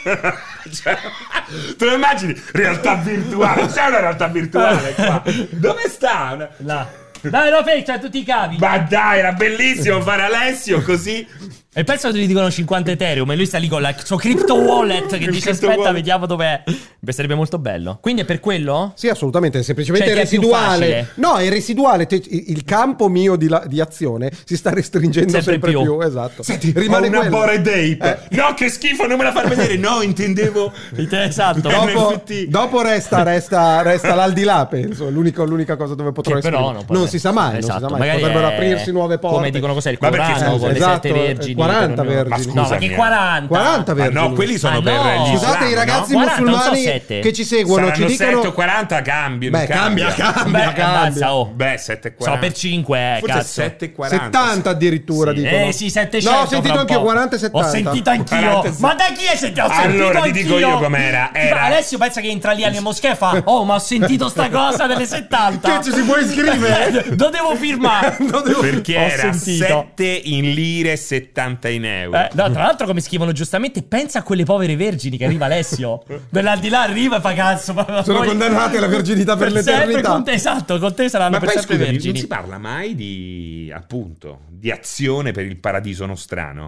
Cioè, te lo immagini? Realtà virtuale. C'è una realtà virtuale qua. Dove sta? Là. Dai, lo fai, c'ha tutti i cavi. Ma dai, era bellissimo fare Alessio così. E penso che gli dicono 50 Ethereum e lui sta lì con il suo crypto wallet che Il dice crypto aspetta, wallet. vediamo dov'è. Beh, sarebbe molto bello. Quindi è per quello? Sì, assolutamente, è semplicemente Cioè, che è più residuale. facile. No, è residuale. Il campo mio di azione si sta restringendo Sempre sempre, più. più. Esatto. Senti, rimane ho una quello. Bored Ape. No, che schifo, non me la far vedere. No, intendevo. Esatto. Dopo resta l'aldilà, penso. L'unica cosa dove potrò Che però esprimere. Non si sa mai. Esatto. Non si sa mai. Magari Potrebbero è- aprirsi nuove porte. Come dicono cos'è il Ma perché Corano con esatto, le 7 vergini 40 per ognuno. vergini. No, ma che 40? 40 Ma vergini. no, quelli sono Ah, per no. gli Scusate, Islam, i ragazzi no? 40, non so musulmani 7. che ci seguono Saranno ci dicono 7 o 40 cambia. Beh, cambia. Beh, ammazza, oh. Beh, 7 So per 5, Forse cazzo. 7 40. 70 addirittura dicono. Sì, 700. No, ho sentito fra un anche po'. 40 e 70. Ho sentito anch'io. 40. Ma da chi è sentito? Ho Allora, sentito ti dico anch'io. io com'era. Era- Alessio pensa che entra lì alle moschee e fa: oh, ma ho sentito sta cosa delle 70. Che ci si può iscrivere? Lo devo firmare. Perché Ho era sentito. 7 in lire e 70 in euro. No, tra l'altro, come scrivono giustamente, pensa a quelle povere vergini che arriva Alessio. Dell'aldilà arriva e fa cazzo. Sono condannate alla verginità per sempre l'eternità. con te, esatto, con te saranno Ma per poi sempre scusami, non vergini. si parla mai di, appunto, di azione per il paradiso nostrano.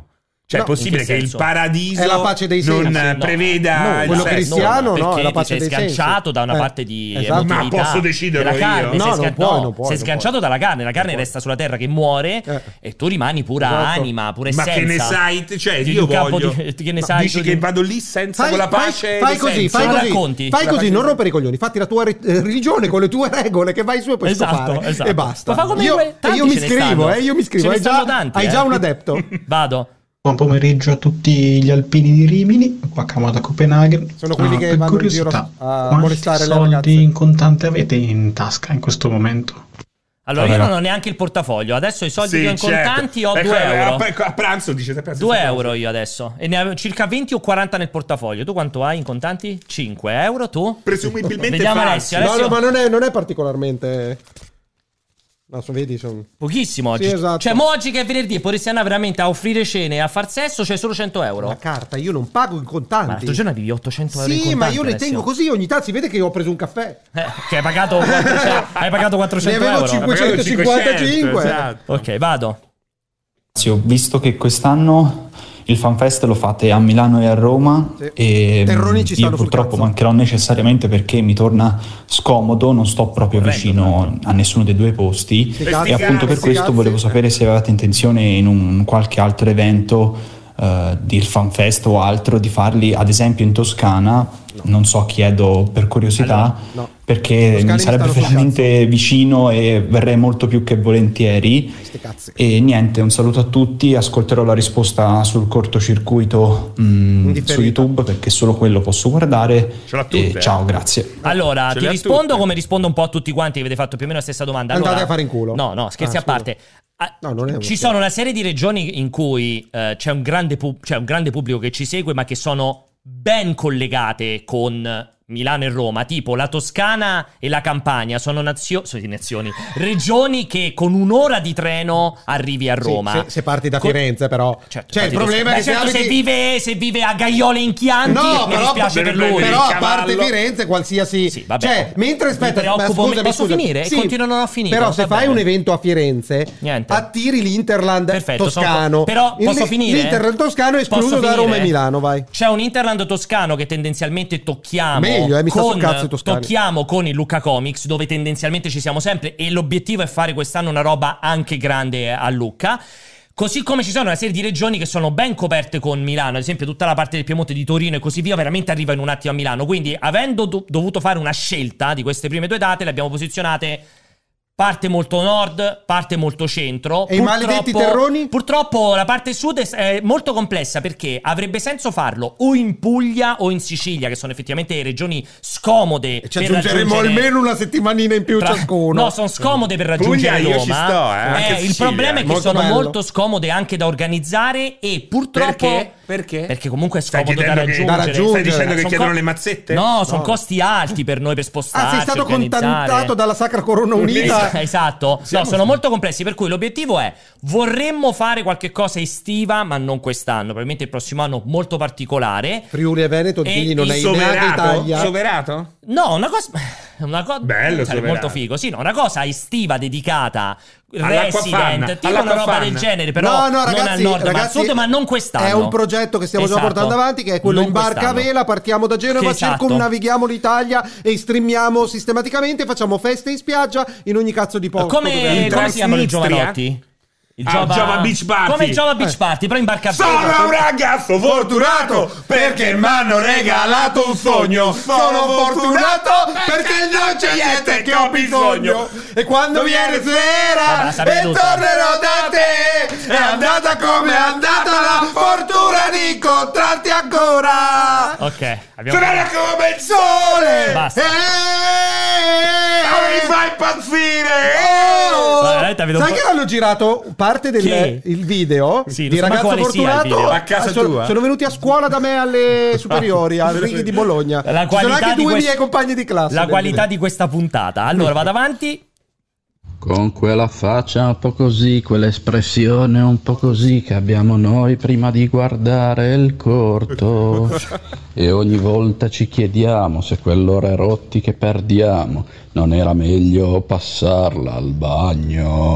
Cioè, No, è possibile in che che il senso? paradiso È la pace dei non sensi. preveda No, il quello sesso? cristiano, no, perché è la ti pace sei dei sensi. sganciato da una parte di esatto. emotività Ma posso deciderlo della carne, io? No, non puoi, non puoi, sei non sganciato dalla carne, la carne puoi. resta sulla terra che muore e tu rimani pura Esatto. anima, pura Ma essenza. che ne sai? Cioè, Di io un campo voglio. che ne Ma sai dici tu che di- vado lì senza quella pace? fai di così, senso? fai Me la così, racconti? fai La così, pace non di- rompere i coglioni, fatti la tua religione con le tue regole che vai su e puoi Esatto, scopare esatto. e basta. Ma fa come io, tanti io mi ce ne iscrivo, stanno. io mi iscrivo, Ce ne hai già, stanno tanti, hai già un adepto. Vado. Buon pomeriggio a tutti gli alpini di Rimini, qua Camo da Copenaghen. Sono quelli che per vanno in giro curiosità, a quanti molestare le soldi ragazze. in contante avete in tasca in questo momento? Allora, io Vabbè. non ho neanche il portafoglio. Adesso i soldi Sì, che ho in certo. contanti ho Ecco, 2 euro. A pranzo dice sempre la 2 stessa euro cosa. io adesso. E ne avevo circa 20 o 40 nel portafoglio. Tu quanto hai in contanti? 5 euro tu? Presumibilmente Vediamo falso. Alessio. No, ma non è particolarmente. No, vedi, sono. Pochissimo oggi. Sì, esatto. Cioè, mo oggi che è venerdì potresti andare veramente a offrire cene e a far sesso, c'è solo 100 euro. La carta, io non pago in Ma contanti. l'altro giorno avevi 800 euro in Sì, contanti. ma io le Alessio. tengo così ogni tanto. Si vede che io ho preso un caffè. Che hai pagato, cioè, hai pagato 400 Ne avevo euro. 555. Esatto. Ok, vado. Ho visto che quest'anno il FanFest lo fate a Milano e a Roma Sì. e Terroni ci io stanno sul purtroppo cazzo. mancherò necessariamente perché mi torna scomodo, non sto proprio vicino a nessuno dei due posti Sti e cazzi, appunto per sti questo cazzi. volevo sapere se avevate intenzione in un qualche altro evento del FanFest o altro di farli ad esempio in Toscana, non so, chiedo per curiosità. Allora, no. Perché Toscani mi sarebbe stanno sul veramente vicino e verrei molto più che volentieri. Sti cazzi. E niente, un saluto a tutti, ascolterò la risposta sul cortocircuito su differita. YouTube perché solo quello posso guardare. Ce l'ha tutte, E ciao, grazie. Allora, Ce ti le ha rispondo tutte. come rispondo un po' a tutti quanti che avete fatto più o meno la stessa domanda. Andate Allora, a fare in culo. No, scherzi Ah, a parte. No, non è uno Ci scherzo. sono una serie di regioni in cui c'è un grande pubblico che ci segue, ma che sono ben collegate con Milano e Roma, tipo la Toscana e la Campania sono nazioni, regioni che con un'ora di treno arrivi a Sì, Roma. se parti da Con- Firenze, però. Certo, cioè, il infatti, problema è che certo, se abiti- se vive a Gaiole in Chianti, No, mi però, dispiace per lui. però a Il parte cavallo. Firenze, qualsiasi. Sì, vabbè. Cioè, mentre aspetta, Mi preoccupo, ma scusami, posso finire? Sì, Continuo non ho finito, Però, se va fai bene. un evento a Firenze, Niente. attiri l'Interland Perfetto, toscano. però posso finire? L'Interland toscano è Posso escluso da finire? Roma e Milano, vai. C'è un Interland toscano che tendenzialmente tocchiamo Meglio, mi sta sul cazzo i toscani. tocchiamo con il Lucca Comics, dove tendenzialmente ci siamo sempre, e l'obiettivo è fare quest'anno una roba anche grande a Lucca. Così come ci sono una serie di regioni che sono ben coperte con Milano, ad esempio tutta la parte del Piemonte, di Torino e così via, veramente arriva in un attimo a Milano. Quindi, avendo dovuto fare una scelta di queste prime due date, le abbiamo posizionate parte molto nord, parte molto centro. E i maledetti terroni? Purtroppo la parte sud è molto complessa, perché avrebbe senso farlo o in Puglia o in Sicilia, che sono effettivamente regioni scomode. E ci per aggiungeremo raggiungere- almeno una settimanina in più ciascuno. No, sono scomode per raggiungere Puglia, io Roma. ci sto, anche il Sicilia. problema è che Molto sono bello. molto scomode anche da organizzare, e purtroppo Perché? perché comunque è Stai scomodo da chiedendo che- raggiungere. da raggiungere. Stai dicendo che Son chiedono co- le mazzette? No, sono No. costi alti per noi per Ah, spostarci. sei stato organizzare. contantato dalla Sacra Corona Unita. Esatto. No, sono molto complessi, per cui l'obiettivo è: vorremmo fare qualche cosa estiva, ma non quest'anno, probabilmente il prossimo anno molto particolare. Friuli e Veneto, E quindi non il hai neanche Soverato? Italia. Soverato? No, una cosa Bello, sarebbe Soverato. molto figo. Sì, no, una cosa estiva dedicata All'Acquafanna, resident, tipo una roba all'Acquafanna. del genere, però no, non ragazzi, al nord, ma al ragazzi, sud, ma non quest'anno. È un progetto che stiamo già Esatto. portando avanti, che è quello Non in barca a quest'anno. vela. Partiamo da Genova, Esatto. circumnavighiamo l'Italia e streamiamo sistematicamente. Facciamo feste in spiaggia in ogni cazzo di posto. Come si chiamano i giovanotti? Il Java Beach Party. Come il Java Beach Party, però in barca a vela. Sono un ragazzo fortunato perché mi hanno regalato un sogno. Sono fortunato perché non c'è niente che ho bisogno. E quando viene sera Vabbè, sapete e tutto. tornerò da te, è andata come è andata la fortuna di incontrarti ancora. Ok, abbiamo Sarà come il sole. Basta. Mi fa impazzire. Veramente vedo un Sai po'- che l'hanno girato parte del Che? il video Sì, di non so ragazzo quale sia il fortunato video. A casa sono, tua? sono venuti a scuola da me alle superiori al Righi di Bologna. La Ci sono qualità anche di due quest- miei compagni di classe la nel qualità video. di questa puntata. Allora, vado avanti. Con quella faccia un po' così, quell'espressione un po' così che abbiamo noi prima di guardare il corto. E ogni volta ci chiediamo se quell'ora rotti che perdiamo non era meglio passarla al bagno.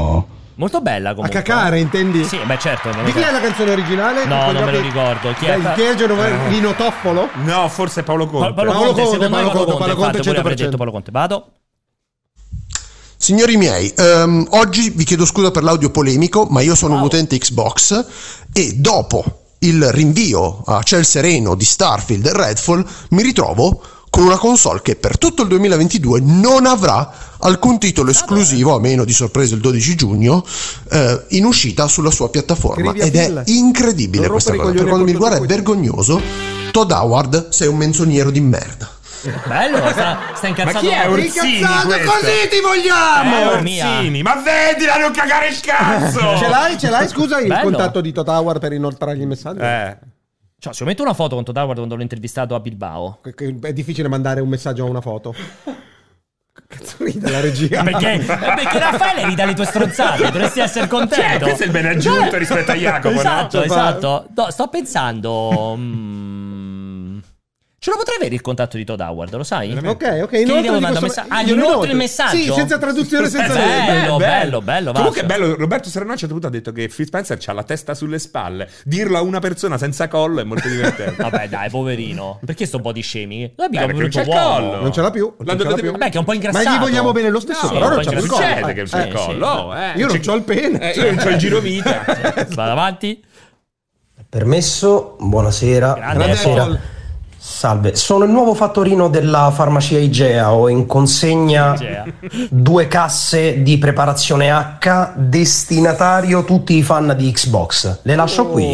Molto bella comunque. A cacare, intendi? Sì, beh certo. Di chi è la canzone originale? No, non me lo ricordo. Chi è? Chi è Lino Toffolo? No, forse Paolo Conte. Paolo Conte, secondo me Paolo Conte, infatti, pure avrei 100%. detto Paolo Conte. Vado. Signori miei, oggi vi chiedo scusa per l'audio polemico, ma io sono un utente Xbox e dopo il rinvio a ciel sereno di Starfield e Redfall mi ritrovo con una console che per tutto il 2022 non avrà alcun titolo esclusivo, a meno di sorpresa il 12 giugno, in uscita sulla sua piattaforma. Ed è incredibile questa cosa. Per quanto mi riguarda è vergognoso. Todd Howard, sei un menzognero di merda. Bello, sta incazzando. Ma chi è Orsini? Così ti vogliamo! Orsini, ma vedila, non cagare il cazzo! Ce l'hai? Scusa, il Bello. contatto di Todd Howard per inoltrargli i messaggi? Cioè, se io metto una foto con Todd Howard quando l'ho intervistato a Bilbao. È difficile mandare un messaggio a una foto. Cazzo ride la regia? Perché Raffaele ride le tue stronzate, dovresti essere contento. Questo è il ben aggiunto rispetto a Jacopo, esatto, no? Esatto. No, sto pensando. Ce lo potrei avere il contatto di Todd Howard, lo sai? Ok. Che gli devo mandare un messaggio? Ah, gli inoltre il messaggio? Sì, senza traduzione, senza niente. Bello. Comunque è bello, Roberto Serrano a un certo punto ha detto che Phil Spencer c'ha la testa sulle spalle. Dirlo a una persona senza collo è molto divertente. Vabbè, dai, poverino. Perché sto body shaming? Perché non c'è il collo. Non ce l'ha più. Vabbè, che è un po' ingrassato. Ma gli vogliamo bene lo stesso, No, però non c'è il collo. Succede che c'è il collo. Io non c'ho il pene. Io non c'ho il girovita. Vado avanti. Permesso, buonasera. Buonasera. Salve, sono il nuovo fattorino della farmacia Igea. Ho in consegna 2 casse di preparazione H, destinatario tutti i fan di Xbox. Le lascio qui.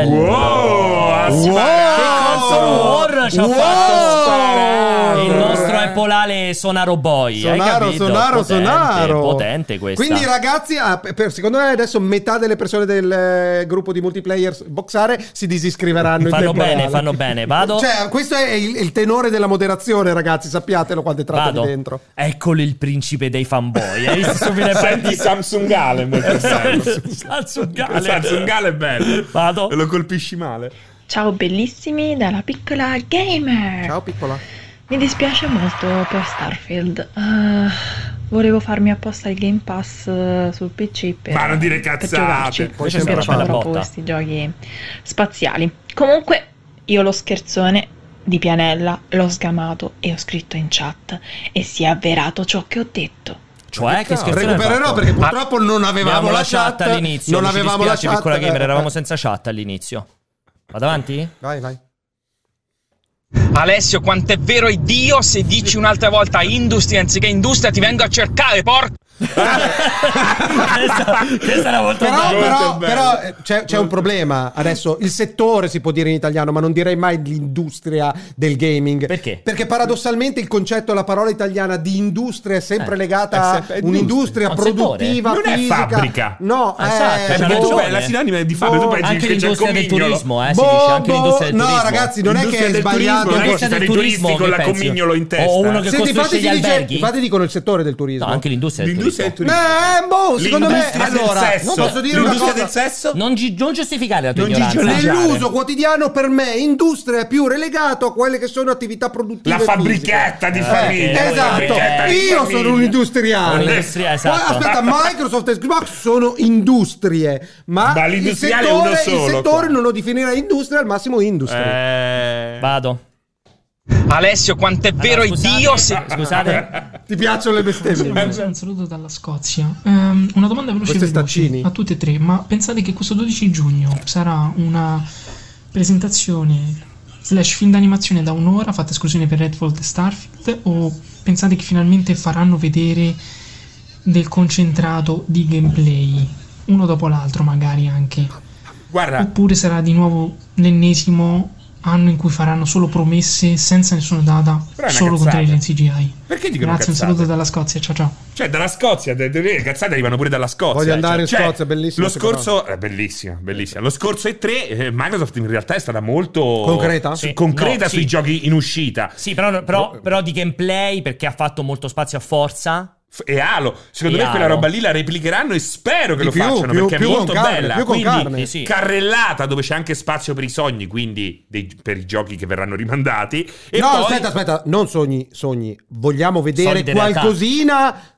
War ci ha fatto il nostro Appolale Sonaro Boy. Hai capito? Sonaro. Potente questa. Quindi ragazzi, secondo me adesso metà delle persone del gruppo di multiplayer boxare si disiscriveranno. Fanno bene. Vado. Cioè, questo è il tenore della moderazione, ragazzi, sappiatelo quando entrate lì dentro. Eccolo il principe dei fanboy. Hai visto subito? Senti Samsung Gale molto bello. Samsung Gale è bello. Vado. E lo colpisci male. Ciao bellissimi dalla piccola gamer. Ciao piccola. Mi dispiace molto per Starfield. Volevo farmi apposta il Game Pass sul PC ma non dire per cazzate. giocarci. Puoi sempre Piacciono troppo questi giochi spaziali. Comunque io lo scherzone di Pianella l'ho sgamato e ho scritto in chat e si è avverato ciò che ho detto. Cioè, che scherzo. Recupererò perché purtroppo non avevamo la chat all'inizio. Non avevamo la chat. Piccola gamer, eravamo senza chat all'inizio. Vado avanti? Vai. Alessio, quant'è vero è Dio se dici un'altra volta industria anziché industria ti vengo a cercare, porca. Questa era molto bella. Però c'è un problema adesso. Il settore si può dire in italiano, ma non direi mai l'industria del gaming. Perché? Perché paradossalmente il concetto, la parola italiana di industria è sempre legata a un'industria produttiva, non è fisica. Fabbrica. No, perché tu la sinonima di fabbrica, tu pensi anche che c'è il l'industria del comignolo. turismo, si dice anche l'industria del turismo. No, ragazzi, non è che è sbagliato. L'industria del turismo con la comignolo in testa. O uno che costruisce gli alberghi. Infatti dicono il settore del turismo. No, anche l'industria del turismo. Secondo me, allora, non posso dire una cosa. Del sesso? Non giustificare la tua ignoranza. Nell'uso quotidiano per me industria è più relegato a quelle che sono attività produttive. La fabbrichetta di famiglia. Esatto. Io sono un industriale. Esatto. Poi, aspetta, Microsoft e Xbox sono industrie, ma il settore non lo definirei industria, al massimo industria. Vado. Alessio, quant'è vero è Dio se... Scusate. Ti piacciono le bestemmie? Un saluto dalla Scozia. Una domanda veloce a tutte e tre. Ma pensate che questo 12 giugno sarà una presentazione / film d'animazione da un'ora fatta esclusione per Redfall e Starfield, o pensate che finalmente faranno vedere del concentrato di gameplay uno dopo l'altro, magari anche? Guarda, oppure sarà di nuovo l'ennesimo anno in cui faranno solo promesse senza nessuna data, solo contenuti in CGI? Perché dicono grazie, cazzate? un saluto dalla Scozia, ciao. Cioè, dalla Scozia, le cazzate arrivano pure dalla Scozia. Voglio andare in Scozia, bellissimo. Lo scorso, bellissima. Lo scorso E3, Microsoft in realtà è stata molto concreta, sui giochi in uscita. Sì, però di gameplay, perché ha fatto molto spazio a Forza. E Halo, secondo me quella roba lì la replicheranno e spero che lo facciano, perché è molto bella. Quindi carrellata, dove c'è anche spazio per i sogni, quindi per i giochi che verranno rimandati. E no, poi... aspetta, non sogni. Vogliamo vedere qualcosina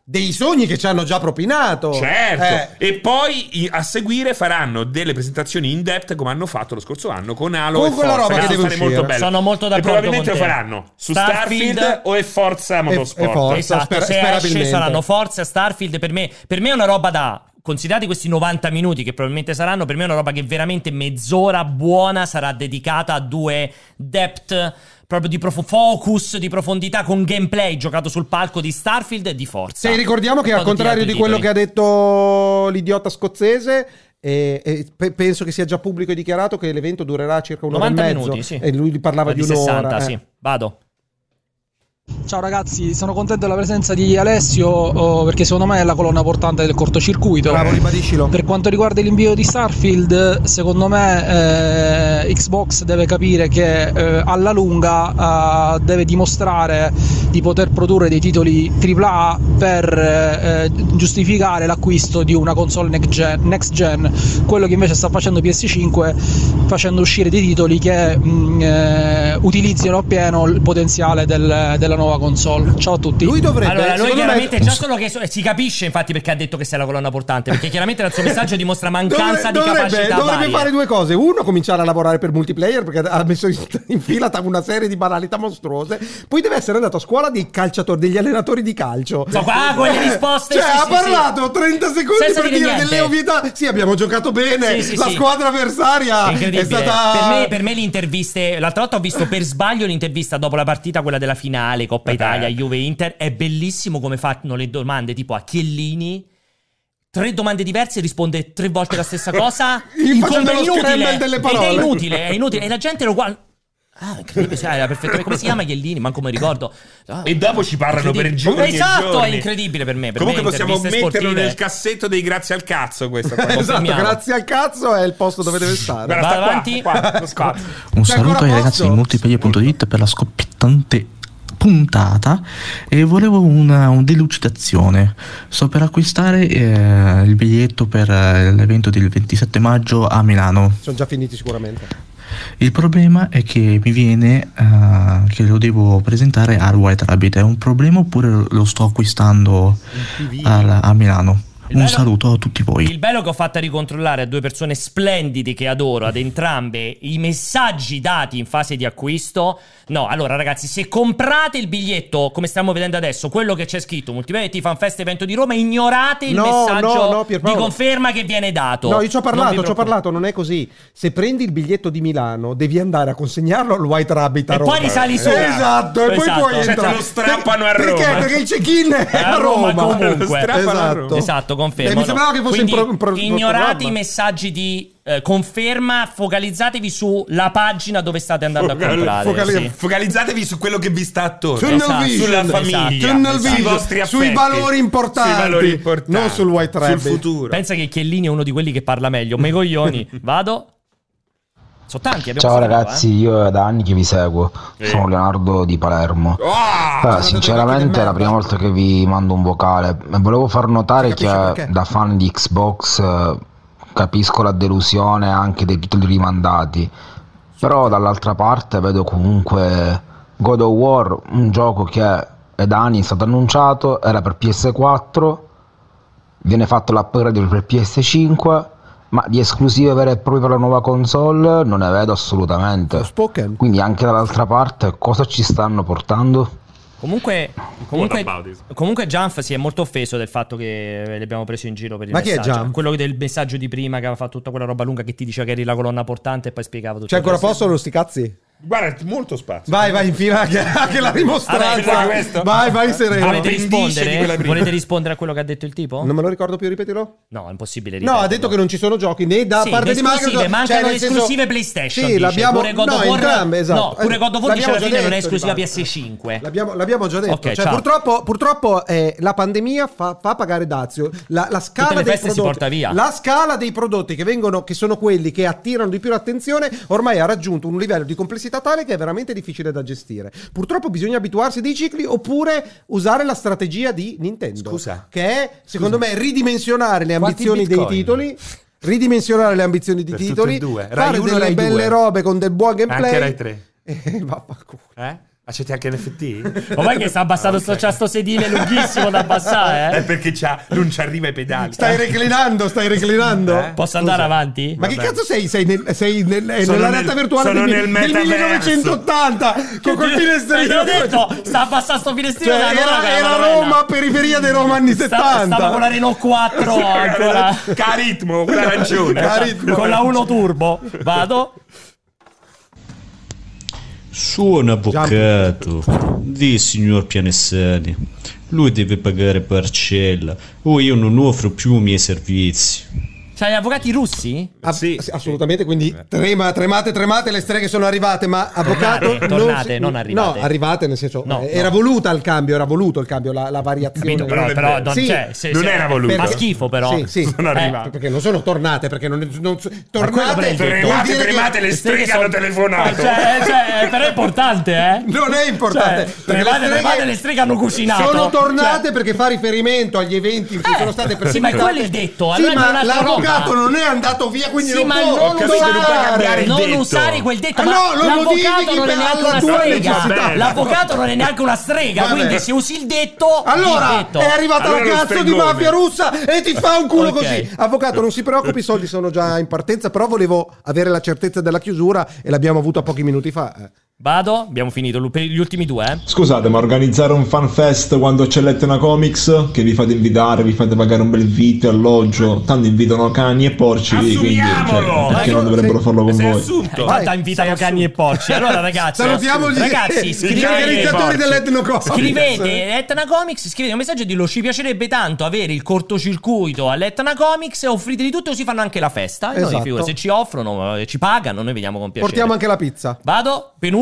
dei sogni che ci hanno già propinato. Certo. E poi a seguire faranno delle presentazioni in depth come hanno fatto lo scorso anno con Halo con e quella Forza, roba che deve fare uscire. molto bello. Sono molto d'accordo. E probabilmente con lo te. faranno su Starfield o e Forza Motorsport. E Forza, Esatto, se esce saranno Forza, Starfield. Per me è una roba da... Considerati questi 90 minuti che probabilmente saranno, per me è una roba che veramente mezz'ora buona sarà dedicata a 2 depth, proprio di focus, di profondità con gameplay giocato sul palco di Starfield e di Forza. Sì, ricordiamo che al contrario di quello che ha detto l'idiota scozzese, penso che sia già pubblico e dichiarato che l'evento durerà circa un'ora e mezzo. minuti, sì. E lui parlava di un'ora. 60, sì. Vado. Ciao ragazzi, sono contento della presenza di Alessio perché secondo me è la colonna portante del cortocircuito. Bravo, ribadiscilo. Per quanto riguarda l'invio di Starfield, secondo me Xbox deve capire che alla lunga deve dimostrare di poter produrre dei titoli AAA per giustificare l'acquisto di una console next gen, quello che invece sta facendo PS5, facendo uscire dei titoli che utilizzino appieno il potenziale della nuova console. Ciao a tutti. Lui dovrebbe, allora, lui chiaramente già solo che si capisce infatti perché ha detto che sei la colonna portante, perché chiaramente dal suo messaggio dimostra mancanza di capacità. Dovrebbe fare 2 cose: uno, cominciare a lavorare per multiplayer perché ha messo in fila una serie di banalità mostruose. Poi deve essere andato a scuola dei calciatori, degli allenatori di calcio. Quelle risposte. Cioè, ha parlato 30 secondi senza per dire delle ovvietà. Sì, abbiamo giocato bene. La squadra avversaria è stata. Per me le interviste. L'altra volta ho visto per sbaglio l'intervista dopo la partita, quella della finale Coppa Italia, Juve Inter. È bellissimo come fanno le domande tipo a Chiellini. 3 domande diverse, risponde 3 volte la stessa cosa. Facendo lo scramble delle parole. Ed è inutile. E la gente lo guarda. Incredibile, era perfettamente. Come si chiama Chiellini? Manco mi ricordo. E dopo ci parlano per giorni. Esatto, e è incredibile per me. Comunque possiamo metterlo sportive nel cassetto dei grazie al cazzo. Esatto, grazie al cazzo è il posto dove deve stare. Va avanti. Un saluto ai ragazzi di multiplayer.it per la scoppiettante puntata e volevo una delucidazione. Sto per acquistare il biglietto per l'evento del 27 maggio a Milano. Sono già finiti sicuramente. Il problema è che mi viene che lo devo presentare al White Rabbit. È un problema oppure lo sto acquistando a Milano? Un saluto a tutti voi. Il bello che ho fatto a ricontrollare a 2 persone splendide che adoro, ad entrambe, i messaggi dati in fase di acquisto. No, allora ragazzi, se comprate il biglietto, come stiamo vedendo adesso, quello che c'è scritto Multiplayer Fan Fest Evento di Roma, ignorate il messaggio di conferma che viene dato. No, io ci ho parlato, non è così. Se prendi il biglietto di Milano, devi andare a consegnarlo al White Rabbit a Roma. E poi risali su. Esatto, e poi puoi entrare. Lo strappano a Roma. Perché il check-in è a Roma. Comunque. Esatto, confermo. Mi sembrava che fosse ignorate i messaggi di conferma, focalizzatevi sulla pagina dove state andando a comprare. Focalizzatevi su quello che vi sta attorno, sulla famiglia, sui vostri affetti, sui valori importanti, non sul White Rabbit, sul futuro. Pensa che Chiellini è uno di quelli che parla meglio. Me coglioni. Vado. Sono tanti. Ciao ragazzi, io è da anni che vi seguo. Sono Leonardo di Palermo. Sinceramente è la prima volta che vi mando un vocale. Volevo far notare che da fan di Xbox capisco la delusione anche dei titoli rimandati, però dall'altra parte vedo comunque God of War, un gioco che è da anni stato annunciato, era per PS4, viene fatto l'upgrade per PS5, ma di esclusive vere e proprie per la nuova console non ne vedo assolutamente. Quindi anche dall'altra parte cosa ci stanno portando? Comunque Jump si è molto offeso del fatto che l'abbiamo preso in giro per il messaggio. Ma chi è Jump? Quello del messaggio di prima che aveva fatto tutta quella roba lunga che ti diceva che eri la colonna portante e poi spiegava tutto. C'è ancora posto lo sti cazzi? Guarda, molto spazio. Vai, infila anche la dimostranza. Vai sereno. Volete rispondere a quello che ha detto il tipo? Non me lo ricordo più, ripetilo. No, è impossibile. No, ha detto che non ci sono giochi né da parte di Microsoft. Mancano esclusive PlayStation. Sì, l'abbiamo. Entrambe, esatto. No, pure God of War dice alla fine non è esclusiva PS5. L'abbiamo già detto. Purtroppo la pandemia fa pagare dazio. La scala dei prodotti si porta via. La scala dei prodotti che sono quelli che attirano di più l'attenzione ormai ha raggiunto un livello di complessità tale che è veramente difficile da gestire. Purtroppo bisogna abituarsi dei cicli oppure usare la strategia di Nintendo, che è secondo me ridimensionare le ambizioni dei titoli, fare delle belle robe con del buon gameplay. Anche Rai 3. Vaffanculo. Accetti anche NFT? Ormai che sta abbassando sto sedile lunghissimo da abbassare, È perché non ci arriva ai pedali. Stai reclinando? Posso andare avanti? Ma che cazzo sei? Sei nella realtà virtuale del 1980 con quel finestrino. Ho detto, sta abbassando sto finestrino. Era Roma, periferia dei Roma anni 70. Stava con la Renault 4 ancora. Caritmo, quella arancione. Con la 1 turbo. Vado. Suon avvocato, di signor Pianesani, lui deve pagare parcella o io non offro più i miei servizi. C'hai gli avvocati russi? Sì, assolutamente, quindi tremate, le streghe sono arrivate, ma avvocato tornate, non arrivate. No, arrivate nel senso era no. voluta il cambio, era voluto il cambio, la variazione. Capito, però non c'è, non era voluto. Fa schifo però. Sì, sono arrivate. Perché non sono tornate, perché non tornate. Tremate, le streghe hanno telefonato. Però è importante, Non è importante. Tremate, le streghe hanno cucinato. Sono tornate perché fa riferimento agli eventi in cui sono state perseguitate. Sì, ma quello è il detto. Sì, ma l'avvocato non è andato via, quindi sì, non può non usare quel detto. Ma no, l'avvocato non è neanche una strega. L'avvocato non è neanche una strega. Vabbè. Quindi se usi il detto, allora il detto. è arrivata la cazzo di mafia russa e ti fa un culo così. Avvocato, non si preoccupi, i soldi sono già in partenza, però volevo avere la certezza della chiusura e l'abbiamo avuta pochi minuti fa. Vado, abbiamo finito per gli ultimi due. Scusate, ma organizzare un fan fest quando c'è l'Etna Comics, che vi fate invitare, vi fate pagare un bel vitto, alloggio, tanto invitano cani e porci, quindi perché non dovrebbero farlo con voi? Tanto invitano cani e porci. Allora ragazzi, gli organizzatori dell'Etna Comics. Scrivete Etna Comics, scrivete un messaggio e dillo: ci piacerebbe tanto avere il cortocircuito all'Etna Comics, e offriteli tutto così fanno anche la festa. E noi, figura, se ci offrono, ci pagano, noi veniamo con piacere. Portiamo anche la pizza. Vado, penultimo.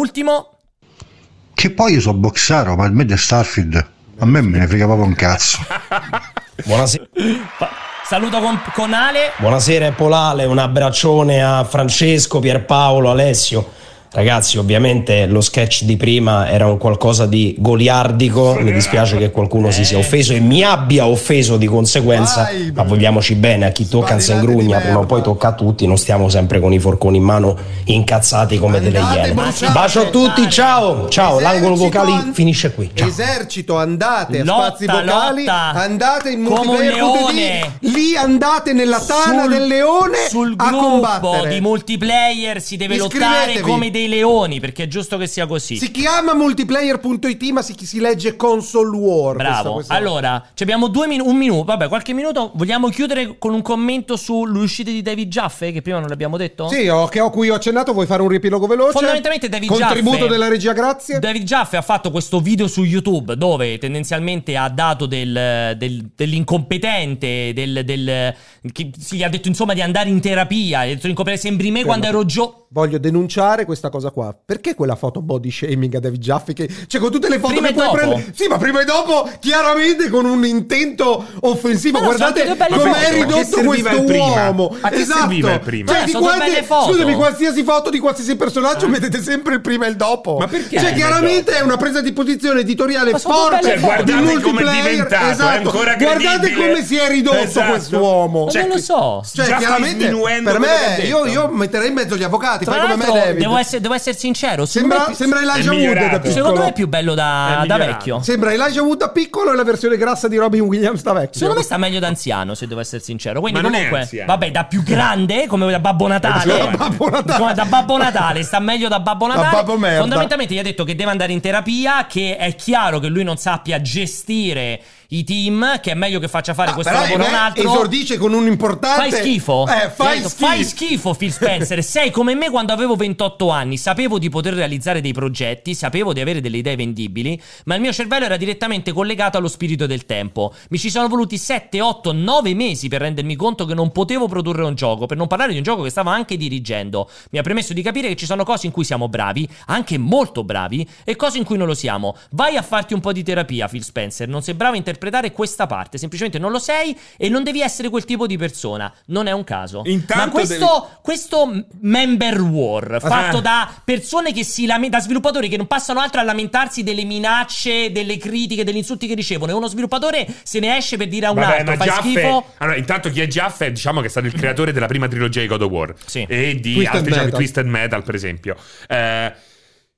Che poi io so boxaro, ma il meglio è Starfield. A me ne frega proprio un cazzo. Buonasera. Saluto con Ale. Buonasera Polale, un abbraccione a Francesco, Pierpaolo, Alessio. Ragazzi, ovviamente lo sketch di prima era un qualcosa di goliardico, mi dispiace che qualcuno si sia offeso e mi abbia offeso di conseguenza, ma vogliamoci bene, a chi tocca si ingrugna, prima o poi tocca a tutti, non stiamo sempre con i forconi in mano incazzati come delle iene. Bacio a tutti, ciao, l'angolo vocali finisce qui. Ciao. Esercito, andate a spazi vocali, andate in multiplayer, lì andate nella tana del leone sul a gruppo combattere. Di multiplayer si deve lottare come dei leoni, perché è giusto che sia così. Si chiama multiplayer.it, ma si legge Console War. Bravo. Allora, abbiamo un minuto, vabbè, qualche minuto. Vogliamo chiudere con un commento sull'uscita di David Jaffe, che prima non l'abbiamo detto? Sì, cui ho accennato. Vuoi fare un riepilogo veloce? Fondamentalmente David Jaffe, contributo della regia, grazie. David Jaffe ha fatto questo video su YouTube dove tendenzialmente ha dato dell'incompetente, che gli ha detto insomma di andare in terapia. Ha detto sembri me quando ero Voglio denunciare questa cosa qua. Perché quella foto body shaming a David Jaffe? Cioè, con tutte le foto prima che puoi prendere. Sì, ma prima e dopo, chiaramente con un intento offensivo. Guardate com'è ridotto questo uomo. A che serviva il prima? Cioè, scusami, qualsiasi foto di qualsiasi personaggio mettete sempre il prima e il dopo. Ma perché? Cioè, chiaramente è una presa di posizione editoriale forte. Guardate come è diventato. Esatto. Guardate come si è ridotto quest'uomo. Non lo so. Cioè, chiaramente per me, io metterei in mezzo gli avvocati. Fai come me, David. Devo essere sincero. Sembra Elijah Wood da piccolo. Secondo me è più bello da vecchio. Sembra Elijah Wood da piccolo e la versione grassa di Robin Williams da vecchio. Secondo me sta meglio da anziano, se devo essere sincero. Quindi comunque, vabbè, da più grande, come da Babbo Natale. Da Babbo Natale, sta meglio da Babbo Natale. Babbo merda. Fondamentalmente gli ha detto che deve andare in terapia, che è chiaro che lui non sappia gestire i team, che è meglio che faccia fare questo lavoro a un altro. Esordisce con un importante. Fai schifo. Fai schifo, Phil Spencer. Sei come me quando avevo 28 anni. Sapevo di poter realizzare dei progetti, sapevo di avere delle idee vendibili, ma il mio cervello era direttamente collegato allo spirito del tempo. Mi ci sono voluti 7, 8, 9 mesi per rendermi conto che non potevo produrre un gioco, per non parlare di un gioco che stavo anche dirigendo. Mi ha permesso di capire che ci sono cose in cui siamo bravi, anche molto bravi, e cose in cui non lo siamo. Vai a farti un po' di terapia, Phil Spencer. Non sei bravo a interpretare questa parte, semplicemente non lo sei e non devi essere quel tipo di persona. Non è un caso. Ma questo member war fatto da persone che da sviluppatori che non passano altro a lamentarsi delle minacce, delle critiche, degli insulti che ricevono, e uno sviluppatore se ne esce per dire a un altro fai schifo. Allora, intanto chi è Jaffe? Diciamo che è stato il creatore della prima trilogia di God of War, sì, e di altri giochi, Twisted Metal per esempio.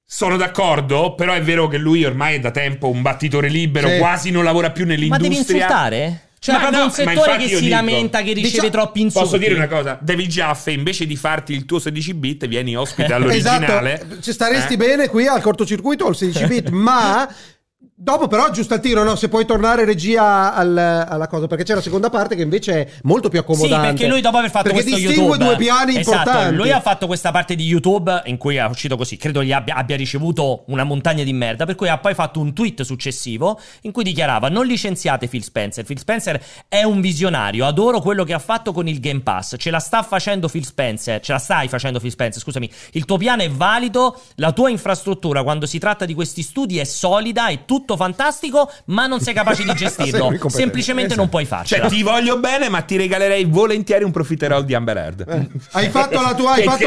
Sono d'accordo, però è vero che lui ormai è da tempo un battitore libero, quasi non lavora più nell'industria. Ma devi insultare? Cioè, è proprio un settore che si lamenta, che riceve troppi insulti. Posso dire una cosa? David Jaffe, invece di farti il tuo 16 bit, vieni ospite all'originale. Esatto, ci staresti bene qui al cortocircuito o al 16 bit, ma... Dopo però, giusto al tiro, no? Se puoi tornare regia alla cosa, perché c'è la seconda parte che invece è molto più accomodante. Sì, perché lui dopo aver fatto questo YouTube, distingue due piani importanti. Lui ha fatto questa parte di YouTube in cui è uscito così, credo gli abbia ricevuto una montagna di merda, per cui ha poi fatto un tweet successivo in cui dichiarava: non licenziate Phil Spencer è un visionario, adoro quello che ha fatto con il Game Pass, ce la stai facendo Phil Spencer, scusami, il tuo piano è valido, la tua infrastruttura quando si tratta di questi studi è solida, è tutto fantastico, ma non sei capace di gestirlo. Semplicemente non puoi farcela. Cioè, ti voglio bene, ma ti regalerei volentieri un profiterol di Amber Heard. Hai fatto la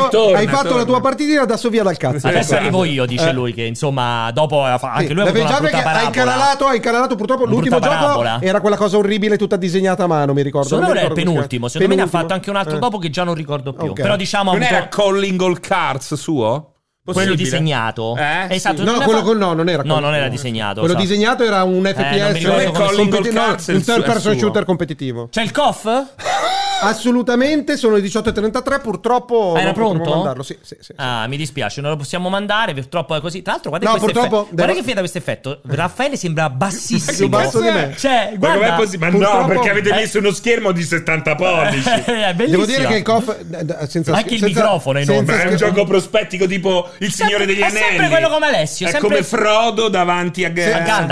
tua partitina, adesso via dal cazzo. Adesso arrivo io, dice lui, che insomma dopo anche lui ha avuto una brutta parabola. Ha incanalato purtroppo l'ultimo gioco era quella cosa orribile tutta disegnata a mano, mi ricordo. Secondo me era il penultimo, secondo me ne ha fatto anche un altro dopo che già non ricordo più. Però diciamo non era Calling All Cards suo? Quello disegnato, esatto. No, non era. No, non era disegnato. Quello disegnato era un FPS, un third person shooter competitivo. C'è il COF? Assolutamente, sono le 18:33, purtroppo. Era pronto? Mandarlo. Sì. Ah, mi dispiace, non lo possiamo mandare, purtroppo è così. Tra l'altro, guarda che fede questo effetto. Raffaele sembra bassissimo. Più basso di me. Cioè, guarda, ma com'è possibile? Ma no, perché avete messo uno schermo di 70 pollici. È bellissimo. Devo dire che il COF senza anche il microfono è enorme. È un gioco prospettico tipo Il Signore degli Anelli. È sempre quello come Alessio, è come Frodo davanti a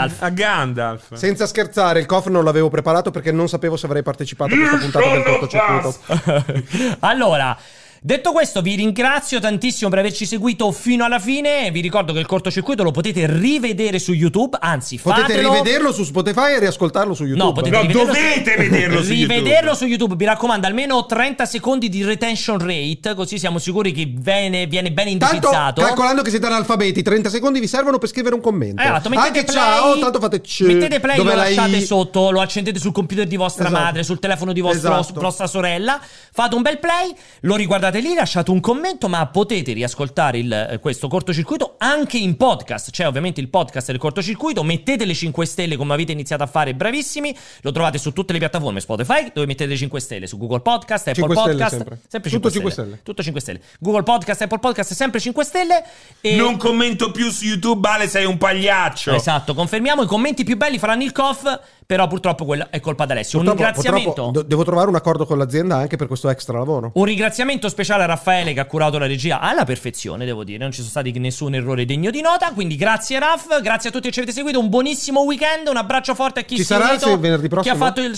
Gandalf. Senza scherzare, il COF non l'avevo preparato perché non sapevo se avrei partecipato a questa puntata del cortocircuito. Allora, detto questo, vi ringrazio tantissimo per averci seguito fino alla fine. Vi ricordo che il cortocircuito lo potete rivedere su YouTube. Anzi, potete rivederlo su Spotify e riascoltarlo su YouTube. Dovete vederlo su YouTube. Rivederlo su YouTube. Mi raccomando, almeno 30 secondi di retention rate, così siamo sicuri che viene ben indicizzato. Tanto, calcolando che siete analfabeti, 30 secondi vi servono per scrivere un commento. Mettete play, ciao, tanto fate mettete play, lo lasciate sotto, lo accendete sul computer di vostra madre, sul telefono di vostra sorella. Fate un bel play, lo riguardate lì, lasciate un commento, ma potete riascoltare questo cortocircuito anche in podcast. C'è ovviamente il podcast del cortocircuito, mettete le 5 stelle come avete iniziato a fare, bravissimi. Lo trovate su tutte le piattaforme, Spotify dove mettete le 5 stelle, su Google Podcast, Apple Podcast, sempre 5 stelle. Tutto 5 stelle. Google Podcast, Apple Podcast, sempre 5 stelle. E... non commento più su YouTube, Ale, sei un pagliaccio. Esatto, confermiamo, i commenti più belli faranno il COF, però purtroppo quella è colpa d'Alessio. Un ringraziamento. Devo trovare un accordo con l'azienda anche per questo extra lavoro. Un ringraziamento speciale a Raffaele che ha curato la regia alla perfezione, devo dire, non ci sono stati nessun errore degno di nota, quindi grazie Raff, grazie a tutti che ci avete seguito, un buonissimo weekend, un abbraccio forte a chi ci sarà il venerdì prossimo? Chi ha fatto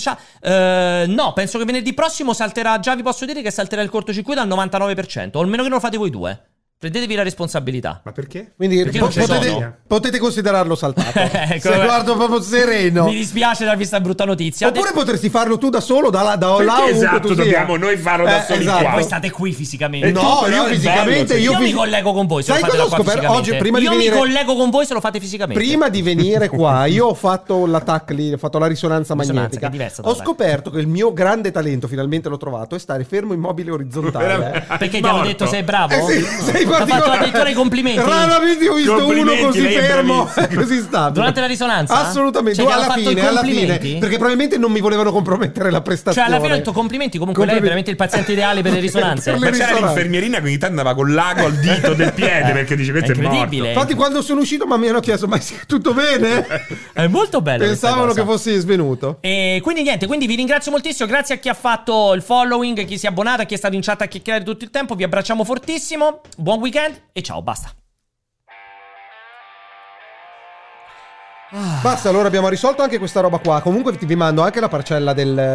il no, penso che venerdì prossimo salterà, già vi posso dire che salterà il cortocircuito al 99%, o almeno che non lo fate voi due. Prendetevi la responsabilità. Ma perché? Quindi potete considerarlo saltato. Ecco, guardo proprio sereno. Mi dispiace darvi questa brutta notizia. Oppure potresti farlo tu da solo, da là esatto, dobbiamo noi farlo da soli qua. Voi state qui fisicamente. No, io fisicamente io mi collego con voi se lo fate da qua fisicamente. Io mi collego con voi se lo fate fisicamente. Prima di venire qua, io ho fatto l'attack lì, ho fatto la risonanza magnetica. Ho scoperto che il mio grande talento, finalmente l'ho trovato, è stare fermo immobile orizzontale. Perché ti hanno detto sei bravo? Sei ha fatto addirittura i complimenti. Raramente ho visto uno così fermo, così stabile. Durante la risonanza? Assolutamente. Cioè, alla fine, perché probabilmente non mi volevano compromettere la prestazione. Cioè, alla fine ho detto complimenti. Comunque, lei è veramente il paziente ideale per le risonanze. Ma c'era l'infermierina che ogni tanto andava con l'ago al dito del piede perché dice questo è morto. Infatti, quando sono uscito, mi hanno chiesto: ma è tutto bene? È molto bello. Pensavano che fossi svenuto. E quindi niente, quindi vi ringrazio moltissimo. Grazie a chi ha fatto il following, chi si è abbonato, a chi è stato in chat a chiacchierare tutto il tempo. Vi abbracciamo fortissimo. Buon weekend e ciao, basta. Basta, allora abbiamo risolto anche questa roba qua. Comunque vi mando anche la parcella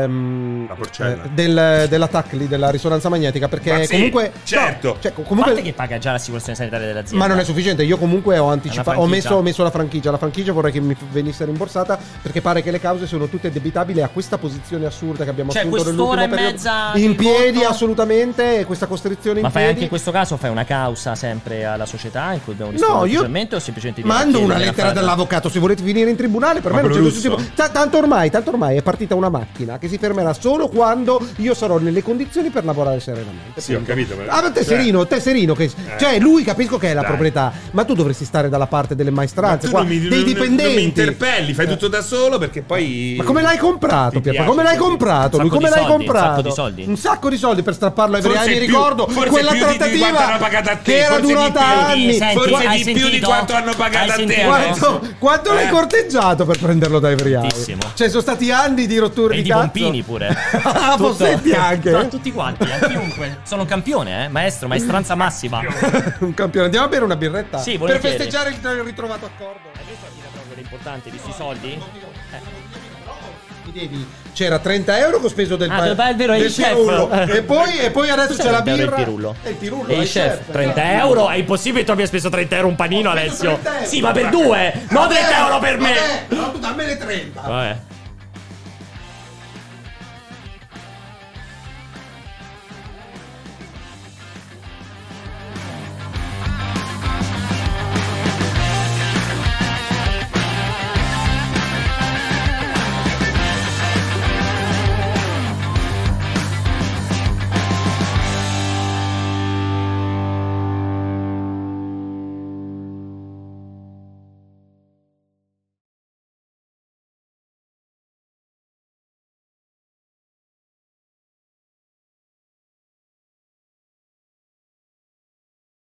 dell'attack lì, della risonanza magnetica, perché comunque certo, no, cioè, comunque, a parte che paga già l'assicurazione sanitaria dell'azienda, ma non è sufficiente. Io comunque ho anticipato, ho messo la franchigia. La franchigia vorrei che mi venisse rimborsata, perché pare che le cause sono tutte debitabili a questa posizione assurda che abbiamo assunto nell'ultimo periodo, in piedi assolutamente, e questa costrizione in piedi. Ma fai anche in questo caso fai una causa sempre alla società in cui abbiamo risposto ufficialmente, o semplicemente mando una lettera dell'avvocato. Se volete finire in tribunale, per Ma me non c'è quello nessun tipo. Tanto ormai è partita una macchina che si fermerà solo quando io sarò nelle condizioni per lavorare serenamente. Sì, ho capito. Ma te serino che cioè lui capisco che è la proprietà, ma tu dovresti stare dalla parte delle maestranze, dei dipendenti. Non mi interpelli, fai tutto da solo perché poi. Ma come l'hai comprato, Pierpa? Come l'hai comprato? Lui come l'hai comprato? Un sacco di soldi per strapparlo ai ebrei. Mi ricordo quella trattativa che era durata anni. Forse di più di quanto hanno pagato a te. Quanto l'hai corteggiato per prenderlo da Evriai? Cioè sono stati anni di rotture di cazzo. Pompini pure. Fossetti anche. No, tutti quanti, chiunque. Sono un campione, maestro, maestranza massima. Un campione. Andiamo a bere una birretta? Sì, per festeggiare il ritrovato accordo. Hai visto la cosa importante di questi soldi? C'era 30 euro che ho speso del pirullo. E poi adesso c'è la birra. Il pirullo. E il chef 30 euro? È impossibile che tu abbia speso 30 euro un panino, Alessio. Sì, ma per due, non 30 euro per me. No, tu dammene 30. Vabbè.